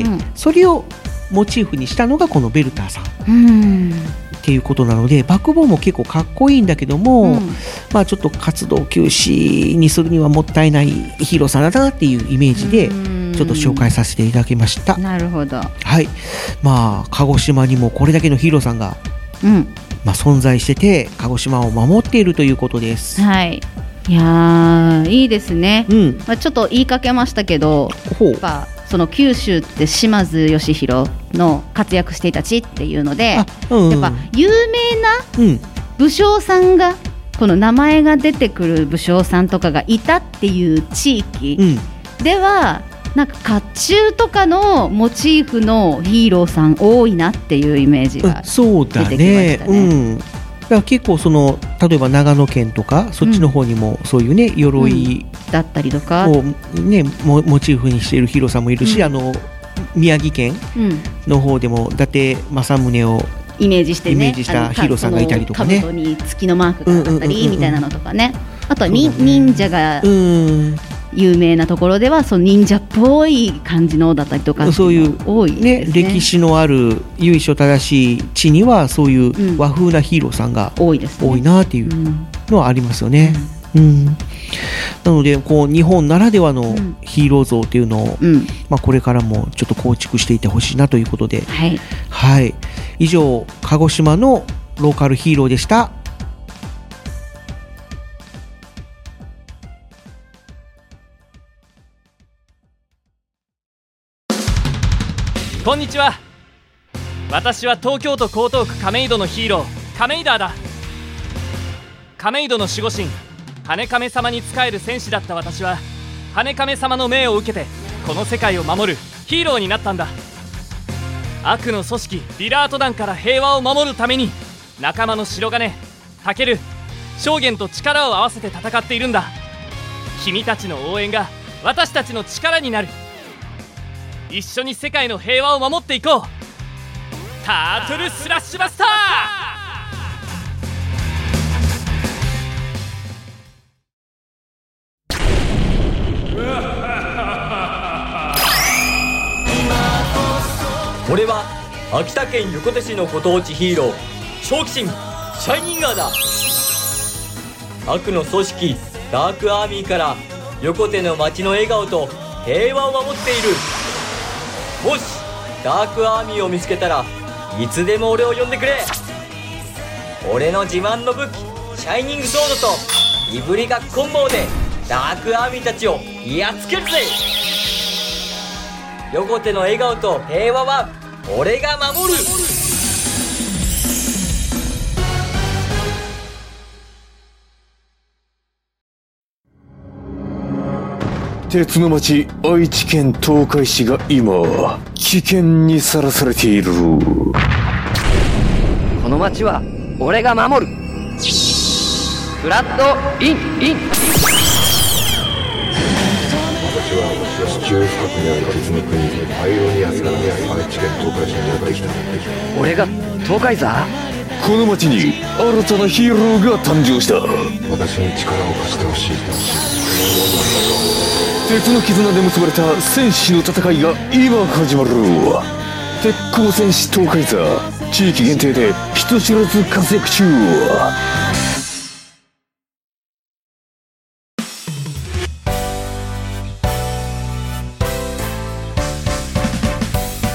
それをモチーフにしたのがこのベルターさん、っていうことなので、バックボーンも結構かっこいいんだけども、まあちょっと活動休止にするにはもったいないヒーローさんだなっていうイメージでちょっと紹介させていただきました。 なるほど。 はい、まあ鹿児島にもこれだけのヒーローさんが、まあ、存在してて鹿児島を守っているということです。 はい、いやいいですね、まあ、ちょっと言いかけましたけど、やっぱその九州って島津義弘の活躍していた地っていうので、やっぱ有名な武将さんが、この名前が出てくる武将さんとかがいたっていう地域では、なんか甲冑とかのモチーフのヒーローさん多いなっていうイメージが出てきましたね。 そうだね、だから結構その例えば長野県とかそっちの方にもそういうね、鎧だったりとかをねモチーフにしているヒーローさんもいるし、宮城県の方でも伊達政宗をイメージしてね、 イメージしたヒーローさんがいたりとかね、 兜に月のマークがあったりみたいなのとかね、あとは忍者が有名なところではその忍者っぽい感じのだったりとか、 そういう多いですね。 歴史のある由緒正しい地にはそういう和風なヒーローさんが多いなっていうのはありますよね。なのでこう日本ならではのヒーロー像っていうのを、まあ、これからもちょっと構築していってほしいなということで、はい、以上鹿児島のローカルヒーローでした。 こんにちは。私は東京都江東区亀戸のヒーロー亀井ダーだ。亀戸の守護神羽亀様に仕える戦士だった私は、羽亀様の命を受けてこの世界を守るヒーローになったんだ。悪の組織リラート団から平和を守るために、仲間の白金、タケル、証言と力を合わせて戦っているんだ。君たちの応援が私たちの力になる。一緒に世界の平和を守っていこう。タートルスラッシュバスター。 俺は秋田県横手市のご当地ヒーロー正気神シャイニンガーだ。悪の組織ダークアーミーから横手の街の笑顔と平和を守っている。もしダークアーミーを見つけたらいつでも俺を呼んでくれ。俺の自慢の武器シャイニングソードといぶりがっこん棒でダークアーミーたちをやっつけるぜ。横手の笑顔と平和は俺が守る。 鉄の町愛知県東海市が今危険にさらされている。 この町は俺が守る。フラッドイン。 私は地中深くにある鉄の国パイオニアスから愛知県東海市にやってきた。 俺が東海座。 この町に新たなヒーローが誕生した。 私に力を貸してほしい。 鉄の絆で結ばれた戦士の戦いが今始まる。鉄鋼戦士東海座、地域限定で人知らず活躍中。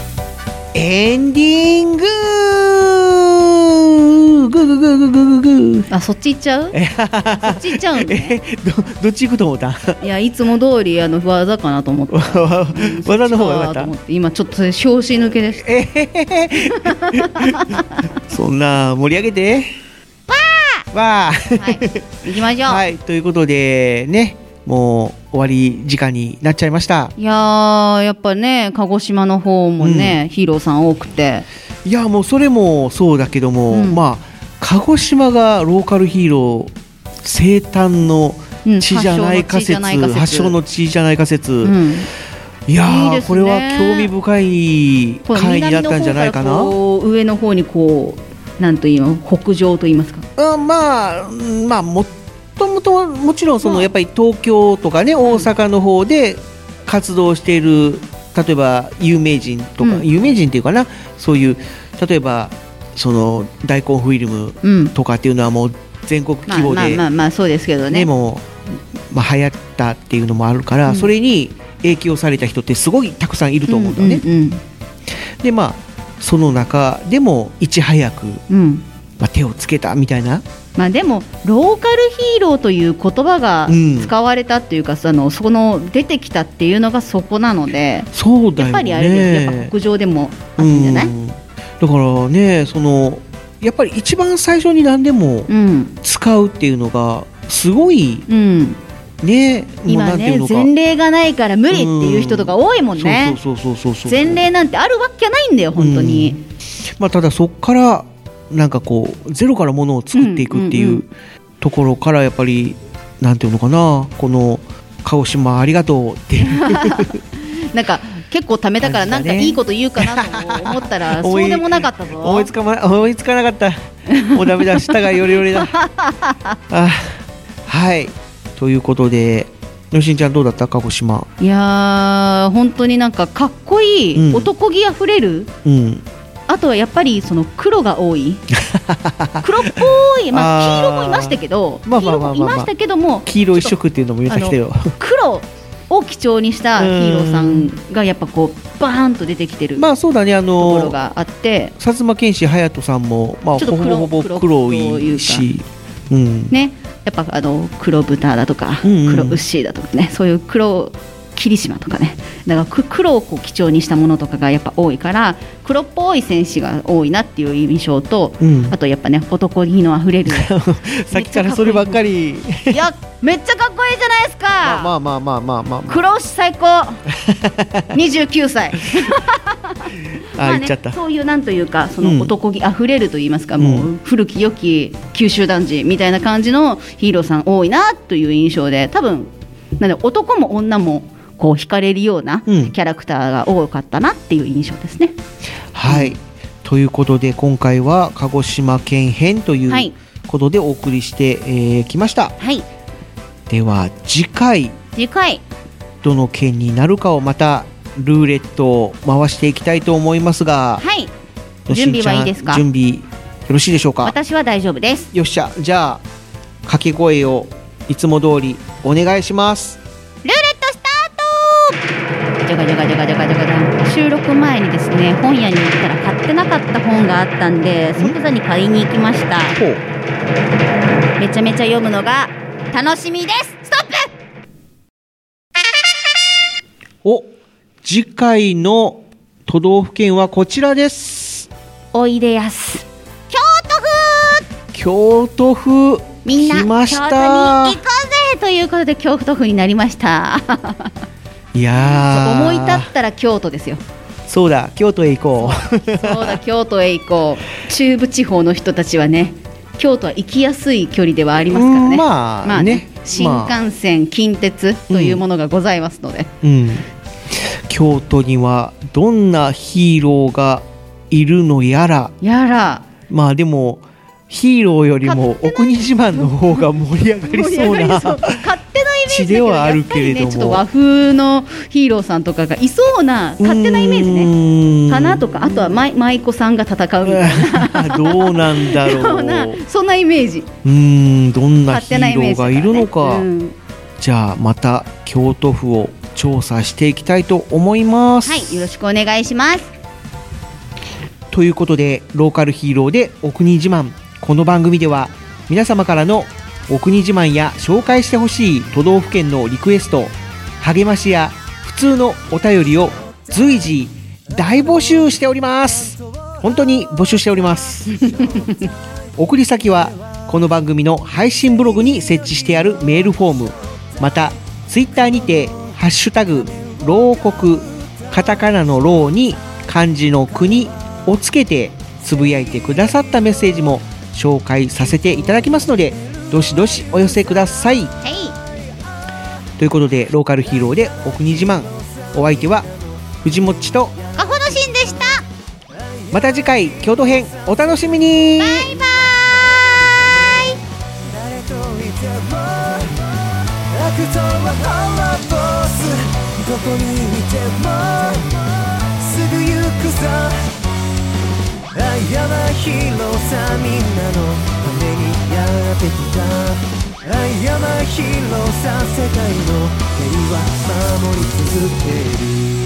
エンディンググググググググあ、そっち行っちゃう？そっち行っちゃうんね。 どっち行くと思った？ いや、いつも通り技かなと思って。 技の方が良かった。 今ちょっと拍子抜けでした。 そんな盛り上げて。わー。 はい。行きましょう。 はい。ということでね、もう終わり時間になっちゃいました。 いやー、やっぱね、鹿児島の方もね、ヒーローさん多くて。 いや、もうそれもそうだけども、まあ鹿児島がローカルヒーロー生誕の地じゃないか説、発祥の地じゃないか説。いやー、これは興味深い回になったんじゃないかな。 上の方にこう、なんというの、北上と言いますか。 まあもちろんやっぱり東京とかね、大阪の方で活動している、例えば有名人とか、有名人っていうかな、そういう例えばその大根フィルムとかっていうのはもう全国規模で、 そうですけどね。 でも流行ったっていうのもあるから、それに影響された人ってすごいたくさんいると思うんだね。でその中でもいち早く、手をつけたみたいな。 でもローカルヒーローという言葉が使われたっていうか、その出てきたっていうのがそこなので、 そうだよね、 やっぱりあれです。やっぱ北上でもあったんじゃない？ だからね、やっぱり一番最初に何でも使うっていうのがすごい、ね、 今ね、前例がないから無理っていう人とか多いもんね。前例なんてあるわけないんだよ、本当に。 ただそっからなんかこうゼロからものを作っていくっていうところから、やっぱりなんていうのかな、この鹿児島ありがとうっていうなんか結構貯めたからなんかいいこと言うかなと思ったらそうでもなかったぞ。 思いつかなかった。もうダメだ、舌がヨレヨレだ。はい、ということで、よしんちゃんどうだった？鹿児島。 いやー、本当になんかかっこいい、男気あふれる。あとはやっぱりその黒が多い。黒っぽい、黄色もいましたけど、 黄色一色っていうのも言ったけど、 黒を基調にしたヒーローさんがやっぱこうバーンと出てきてる。 そうだね、 ところがあって、 薩摩剣士隼人さんもほぼ黒いし、 ね、やっぱ黒豚だとか、黒牛だとかね、そういう黒霧島とかね、だから黒をこう基調にしたものとかがやっぱ多いから、黒っぽい戦士が多いなっていう印象と、あとやっぱね、男気のあふれるさっきからそればっかり。 いや、めっちゃかっこいいじゃないですか。黒牛最高。29歳。 言っちゃった。 そういうなんというか、その男気あふれると言いますか、もう古き良き九州男児みたいな感じのヒーローさん多いなという印象で、多分なんで男も女もこう惹かれるようなキャラクターが多かったなっていう印象ですね。 はい、ということで今回は鹿児島県編ということでお送りしてきました。では次回どの県になるかをまたルーレットを回していきたいと思いますが、 準備はいいですか？ 準備よろしいでしょうか？ 私は大丈夫です。 よっしゃ、じゃあ掛け声をいつも通りお願いします。 ルーレットスタート。じゃがじゃがじゃがじゃがじゃがじゃ。収録前にですね、本屋に行ったら買ってなかった本があったんで、即座に買いに行きました。めちゃめちゃ読むのが楽しみです。ストップ。 次回の都道府県はこちらです。 おいでやす。 京都府。 みんな来ました。 京都に行こうぜということで京都府になりました。 いや思い立ったら京都ですよ。 そうだ、京都へ行こう。 そうだ、京都へ行こう。中部地方の人たちはね、京都は行きやすい距離ではありますからね。新幹線、近鉄というものがございますので、 京都にはどんなヒーローがいるのやら。でもヒーローよりもお国自慢の方が盛り上がりそうな勝手なイメージではあるけれども、 ちょっと和風のヒーローさんとかがいそうな勝手なイメージねかなとか、あとは舞妓さんが戦うみたいなどうなんだろうそんなイメージ。 どんなヒーローがいるのか、じゃあまた京都府を調査していきたいと思います。 はい、よろしくお願いします。 ということで、ローカルヒーローでお国自慢、この番組では皆様からのお国自慢や紹介してほしい都道府県のリクエスト、励ましや普通のお便りを随時大募集しております。本当に募集しております送り先はこの番組の配信ブログに設置してあるメールフォーム、またツイッターにてハッシュタグ牢国、カタカナの牢に漢字の国をつけてつぶやいてくださったメッセージも紹介させていただきますので、どしどしお寄せください。ということで、ローカルヒーローでお国自慢、お相手は藤もっちとカホのしんでした。 また次回京都編お楽しみに。 バイバイ。 どこにいてもすぐ行くぞ。I am a hero さ、みんなのためにやってきた。I am a hero さ、世界の平和守り続ける。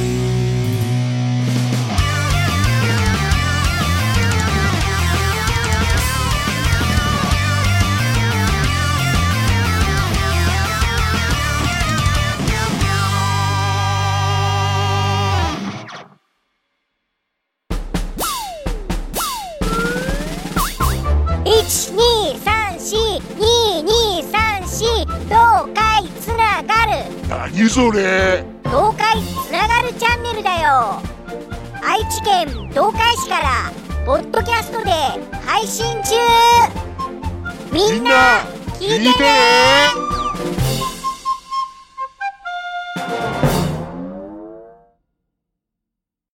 何それ？ 東海つながるチャンネルだよ。愛知県東海市からポッドキャストで配信中。みんな聞いてね。